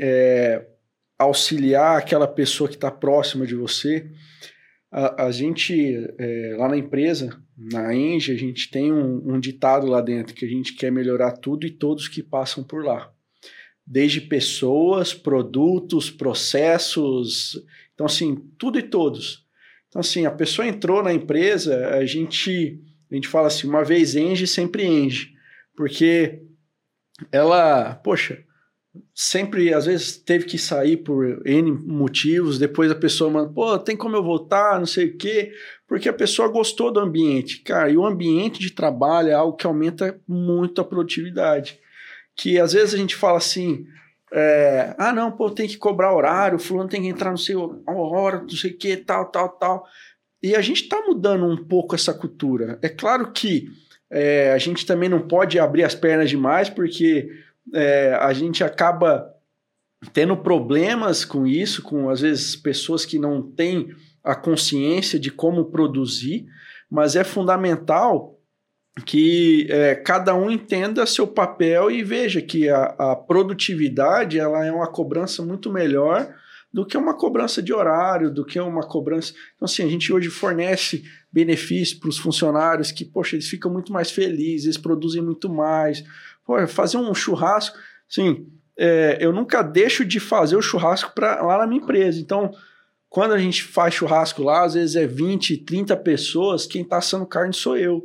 auxiliar aquela pessoa que está próxima de você, a gente, lá na empresa, na Engie, a gente tem um ditado lá dentro, que a gente quer melhorar tudo e todos que passam por lá. Desde pessoas, produtos, processos, então assim, tudo e todos. Então assim, a pessoa entrou na empresa, a gente fala assim, uma vez Engie, sempre Engie, porque ela, poxa, sempre, às vezes, teve que sair por N motivos, depois a pessoa manda, pô, tem como eu voltar, não sei o quê, porque a pessoa gostou do ambiente, cara, e o ambiente de trabalho é algo que aumenta muito a produtividade, que às vezes a gente fala assim, não, pô, tem que cobrar horário, fulano tem que entrar não sei a hora, não sei o quê, tal, e a gente tá mudando um pouco essa cultura. É claro que a gente também não pode abrir as pernas demais, porque a gente acaba tendo problemas com isso, com, às vezes, pessoas que não têm a consciência de como produzir, mas é fundamental que cada um entenda seu papel e veja que a produtividade ela é uma cobrança muito melhor do que uma cobrança de horário, do que uma cobrança... Então, assim, a gente hoje fornece benefícios para os funcionários que, poxa, eles ficam muito mais felizes, eles produzem muito mais. Pô, fazer um churrasco, assim, eu nunca deixo de fazer o churrasco lá na minha empresa. Então, quando a gente faz churrasco lá, às vezes 20, 30 pessoas, quem está assando carne sou eu.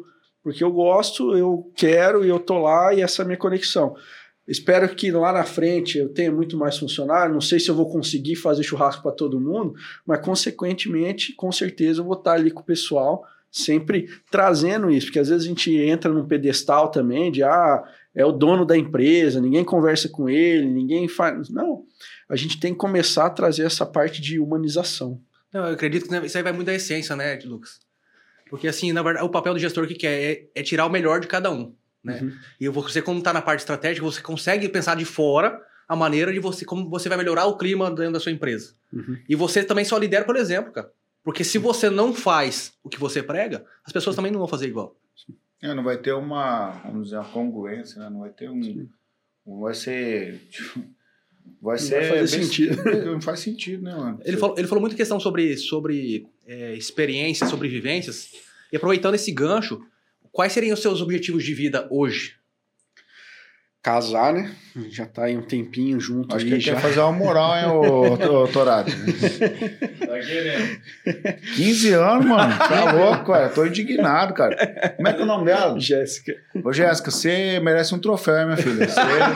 porque eu gosto, eu quero e eu tô lá e essa é a minha conexão. Espero que lá na frente eu tenha muito mais funcionário, não sei se eu vou conseguir fazer churrasco para todo mundo, mas consequentemente, com certeza eu vou estar ali com o pessoal, sempre trazendo isso, porque às vezes a gente entra num pedestal também de, é o dono da empresa, ninguém conversa com ele, ninguém faz... Não, a gente tem que começar a trazer essa parte de humanização. Não, eu acredito que isso aí vai muito da essência, né, Lucas? Porque assim, na verdade, o papel do gestor que é tirar o melhor de cada um. Né? Uhum. E você, como está na parte estratégica, você consegue pensar de fora a maneira de você, como você vai melhorar o clima dentro da sua empresa. Uhum. E você também só lidera pelo exemplo, cara. Porque se você não faz o que você prega, as pessoas também não vão fazer igual. Não vai ter vamos dizer, uma congruência, né? Não vai ter vai ser... Vai fazer sentido. Não faz sentido, né, mano? Ele falou muito questão sobre experiências, sobre vivências. E aproveitando esse gancho, quais seriam os seus objetivos de vida hoje? Casar, né? Já tá aí um tempinho junto. Acho que ele quer fazer uma moral, hein, ô Torado? Tá querendo. 15 anos, mano. Tá louco, cara. Tô indignado, cara. Como é que é o nome dela? Jéssica. Ô, Jéssica, você merece um troféu, minha filha.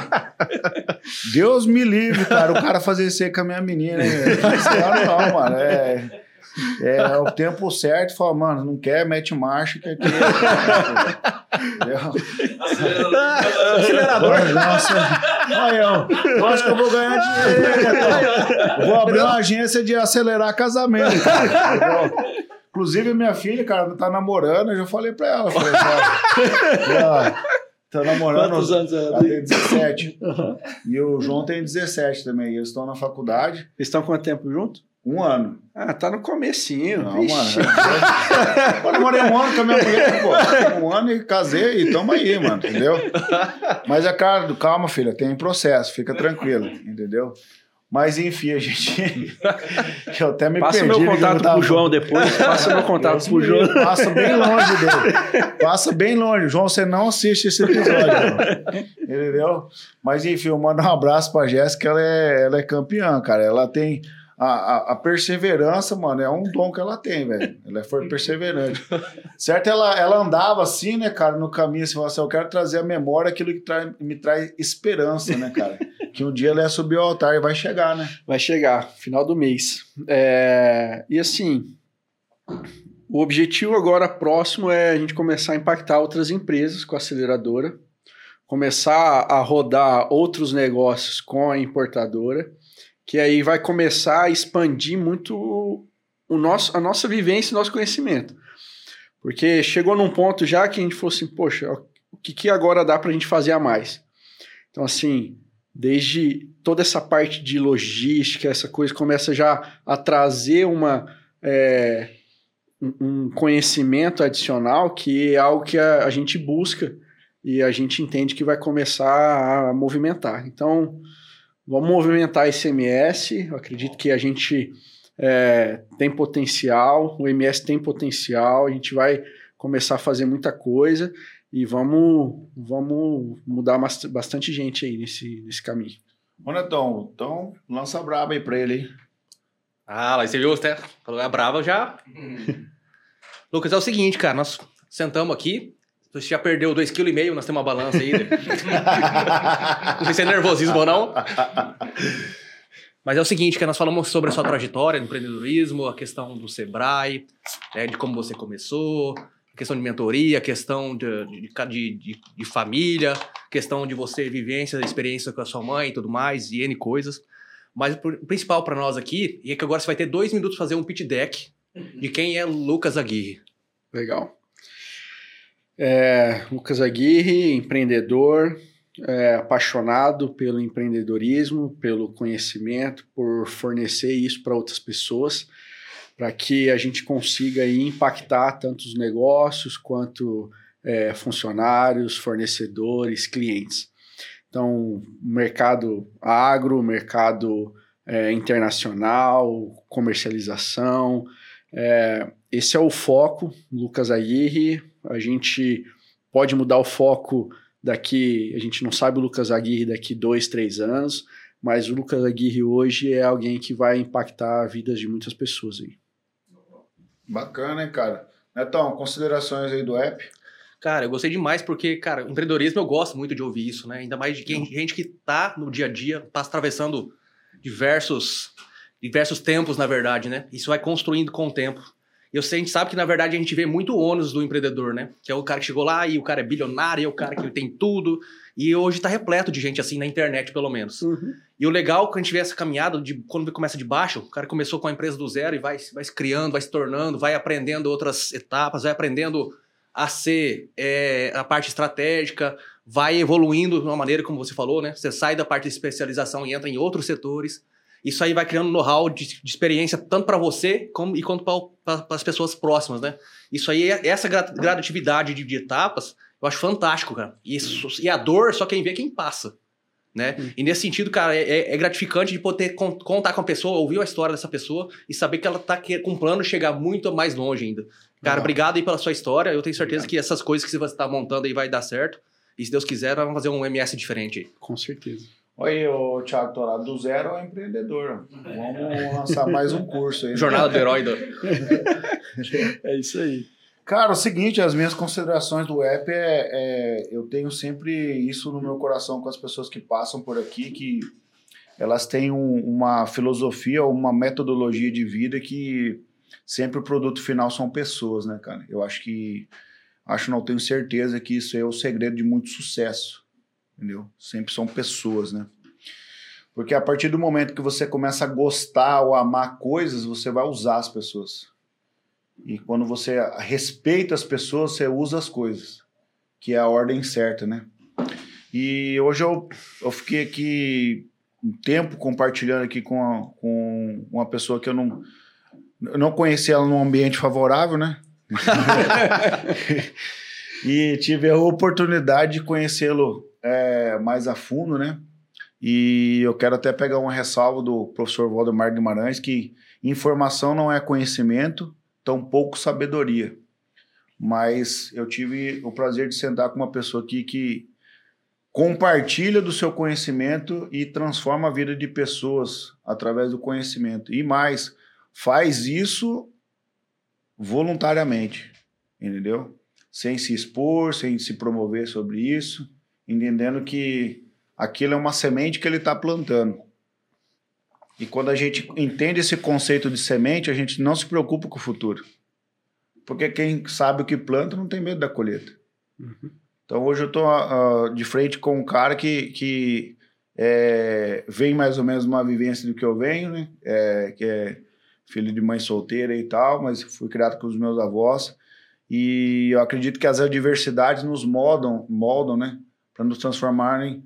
Deus me livre, cara. O cara fazer isso aí com a minha menina. 15 anos não, mano. É o tempo certo, fala, mano, não quer, mete marcha, que aqui entendeu? Acelerador. Nossa, eu acho que eu vou ganhar dinheiro. Vou abrir uma agência de acelerar casamento. Inclusive, minha filha, cara, tá namorando, eu já falei pra ela. Tá namorando. Quantos anos ela tem 17. Uhum. E o João tem 17 também. Eles estão na faculdade. Eles estão quanto tempo juntos? 1 ano. Tá no comecinho. Não, mano. Eu namorei 1 ano com a minha mulher, pô. 1 ano e casei e tamo aí, mano, entendeu? Mas cara, calma, filha, tem processo, fica tranquilo, entendeu? Mas enfim, a gente... Eu até me perdi. Passa meu contato pro João depois. Passa meu contato pro João. Passa bem longe dele. Passa bem longe. João, você não assiste esse episódio. Entendeu? Mas enfim, eu mando um abraço pra Jéssica, ela é campeã, cara. Ela tem... A perseverança, mano, é um dom que ela tem, velho. Ela foi perseverante. Certo? Ela andava assim, né, cara, no caminho, assim, eu quero trazer à memória aquilo que me traz esperança, né, cara? Que um dia ela ia subir ao altar e vai chegar, né? Vai chegar, final do mês. E assim, o objetivo agora próximo é a gente começar a impactar outras empresas com a aceleradora, começar a rodar outros negócios com a importadora, que aí vai começar a expandir muito a nossa vivência e nosso conhecimento. Porque chegou num ponto já que a gente falou assim, poxa, o que agora dá para a gente fazer a mais? Então, assim, desde toda essa parte de logística, essa coisa começa já a trazer um conhecimento adicional, que é algo que a gente busca e a gente entende que vai começar a movimentar. Então, vamos movimentar esse MS. Eu acredito que a gente tem potencial, o MS tem potencial, a gente vai começar a fazer muita coisa e vamos mudar bastante gente aí nesse caminho. Ô, Netão, então lança a braba aí pra ele, hein? Lá você viu, né? Falou a braba já. Lucas, é o seguinte, cara, nós sentamos aqui. Você já perdeu 2,5 kg, nós temos uma balança aí. Não sei se é nervosismo ou não. Mas é o seguinte, que nós falamos sobre a sua trajetória no empreendedorismo, a questão do Sebrae, de como você começou, a questão de mentoria, a questão de família, a questão de você vivência, experiência com a sua mãe e tudo mais, e N coisas. Mas o principal para nós aqui é que agora você vai ter 2 minutos para fazer um pitch deck de quem é Lucas Aguirre. Legal. Lucas Aguirre, empreendedor, apaixonado pelo empreendedorismo, pelo conhecimento, por fornecer isso para outras pessoas, para que a gente consiga aí impactar tanto os negócios quanto funcionários, fornecedores, clientes. Então, mercado agro, mercado internacional, comercialização, esse é o foco, Lucas Aguirre. A gente pode mudar o foco daqui, a gente não sabe o Lucas Aguirre daqui 2, 3 anos, mas o Lucas Aguirre hoje é alguém que vai impactar a vida de muitas pessoas aí. Bacana, hein, cara? Netão, considerações aí do app? Cara, eu gostei demais porque, cara, empreendedorismo eu gosto muito de ouvir isso, né? Ainda mais de gente que tá no dia a dia, tá atravessando diversos tempos, na verdade, né? Isso vai construindo com o tempo. E a gente sabe que, na verdade, a gente vê muito ônus do empreendedor, né? Que é o cara que chegou lá e o cara é bilionário, é o cara que tem tudo. E hoje tá repleto de gente assim, na internet, pelo menos. Uhum. E o legal é que a gente vê essa caminhada, quando começa de baixo, o cara começou com a empresa do zero e vai se criando, vai se tornando, vai aprendendo outras etapas, vai aprendendo a ser a parte estratégica, vai evoluindo de uma maneira, como você falou, né? Você sai da parte de especialização e entra em outros setores. Isso aí vai criando know-how de experiência tanto para você quanto para as pessoas próximas, né? Isso aí, essa gradatividade de etapas, eu acho fantástico, cara. E a dor, só quem vê é quem passa, né? E nesse sentido, cara, é gratificante de poder contar com a pessoa, ouvir a história dessa pessoa e saber que ela tá com um plano de chegar muito mais longe ainda. Cara, obrigado aí pela sua história. Eu tenho certeza que essas coisas que você vai estar montando aí vai dar certo. E se Deus quiser, nós vamos fazer um MS diferente aí. Com certeza. Oi, o Thiago Torado, do zero ao empreendedor. Vamos lançar mais um curso aí. Né? Jornada do Herói. É isso aí. Cara, é o seguinte, as minhas considerações do app eu tenho sempre isso no meu coração com as pessoas que passam por aqui, que elas têm uma filosofia, uma metodologia de vida que sempre o produto final são pessoas, né, cara? Eu não tenho certeza que isso é o segredo de muito sucesso, entendeu? Sempre são pessoas, né? Porque a partir do momento que você começa a gostar ou amar coisas, você vai usar as pessoas. E quando você respeita as pessoas, você usa as coisas, que é a ordem certa, né? E hoje eu fiquei aqui um tempo compartilhando aqui com uma pessoa que eu não conheci ela num ambiente favorável, né? E tive a oportunidade de conhecê-lo mais a fundo, né? E eu quero até pegar uma ressalva do professor Waldemar Guimarães, que informação não é conhecimento, tampouco sabedoria. Mas eu tive o prazer de sentar com uma pessoa aqui que compartilha do seu conhecimento e transforma a vida de pessoas através do conhecimento. E mais, faz isso voluntariamente, entendeu? Sem se expor, sem se promover sobre isso, entendendo que aquilo é uma semente que ele está plantando. E quando a gente entende esse conceito de semente, a gente não se preocupa com o futuro. Porque quem sabe o que planta não tem medo da colheita. Uhum. Então hoje eu estou de frente com um cara que vem mais ou menos uma vivência do que eu venho, né? Que é filho de mãe solteira e tal, mas fui criado com os meus avós. E eu acredito que as adversidades nos moldam, né? Para nos transformarem,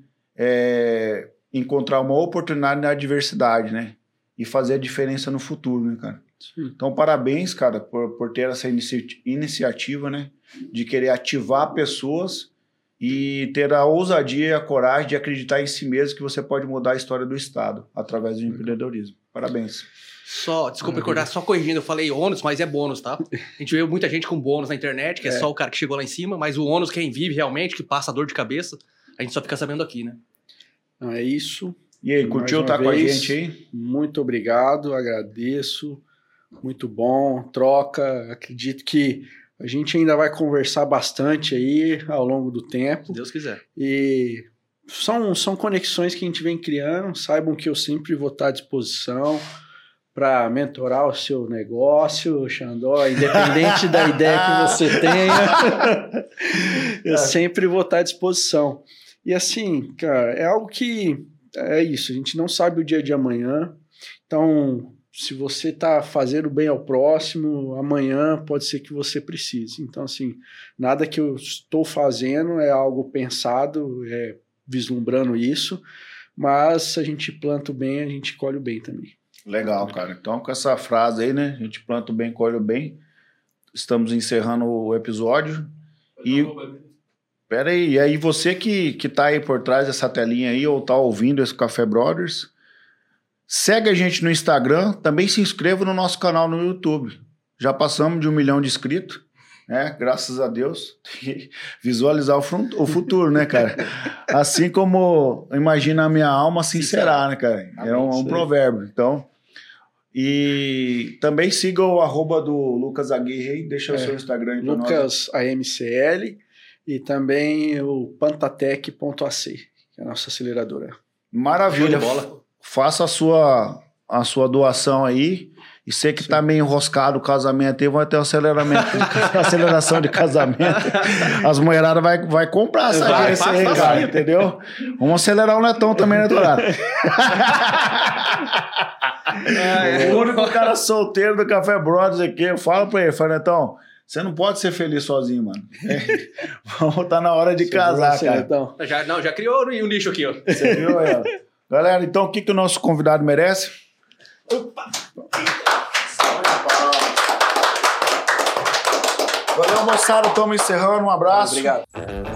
encontrar uma oportunidade na adversidade, né? E fazer a diferença no futuro, né, cara? Sim. Então, parabéns, cara, por ter essa iniciativa, né? De querer ativar pessoas e ter a ousadia e a coragem de acreditar em si mesmo que você pode mudar a história do Estado através do empreendedorismo. Parabéns. Desculpa recordar, só corrigindo, eu falei ônus, mas é bônus, tá? A gente vê muita gente com bônus na internet, que é só o cara que chegou lá em cima, mas o ônus, quem vive realmente, que passa dor de cabeça, a gente só fica sabendo aqui, né? Não, é isso. E aí, curtiu estar com a gente aí? Muito obrigado, agradeço. Muito bom, troca. Acredito que a gente ainda vai conversar bastante aí ao longo do tempo. Se Deus quiser. E são conexões que a gente vem criando. Saibam que eu sempre vou estar à disposição para mentorar o seu negócio, Xandó, independente da ideia que você tenha. Eu sempre vou estar à disposição. E assim, cara, é algo que é isso, a gente não sabe o dia de amanhã, então se você está fazendo bem ao próximo, amanhã pode ser que você precise. Então assim, nada que eu estou fazendo é algo pensado, vislumbrando isso, mas se a gente planta o bem, a gente colhe o bem também. Legal, cara. Então com essa frase aí, né, a gente planta o bem, colhe o bem, estamos encerrando o episódio e... Pera aí, e aí você que tá aí por trás dessa telinha aí, ou tá ouvindo esse Café Brothers, segue a gente no Instagram, também se inscreva no nosso canal no YouTube. Já passamos de 1 milhão de inscritos, né? Graças a Deus. Visualizar o futuro, né, cara? Assim como imagina a minha alma, assim será, né, cara? É um provérbio. Então, e também siga o @ do Lucas Aguirre aí, deixa o seu Instagram aí pra Lucas AMCL. E também o Pantatec.ac, que é a nossa aceleradora. Maravilha. Faça a sua doação aí. E você que tá meio enroscado o casamento aí, vai ter aceleração de casamento. As mulheradas vai comprar essa agência aí, cara, entendeu? Vamos acelerar o Netão também, né, Dourado? O único cara solteiro do Café Brothers aqui, eu falo pra ele, Netão, você não pode ser feliz sozinho, mano. Vamos, tá na hora de casar, cara. Netão. Já criou um nicho aqui, ó. Você criou ela. Galera, então o que o nosso convidado merece? Opa! Valeu, moçada. Estamos encerrando. Um abraço. Obrigado.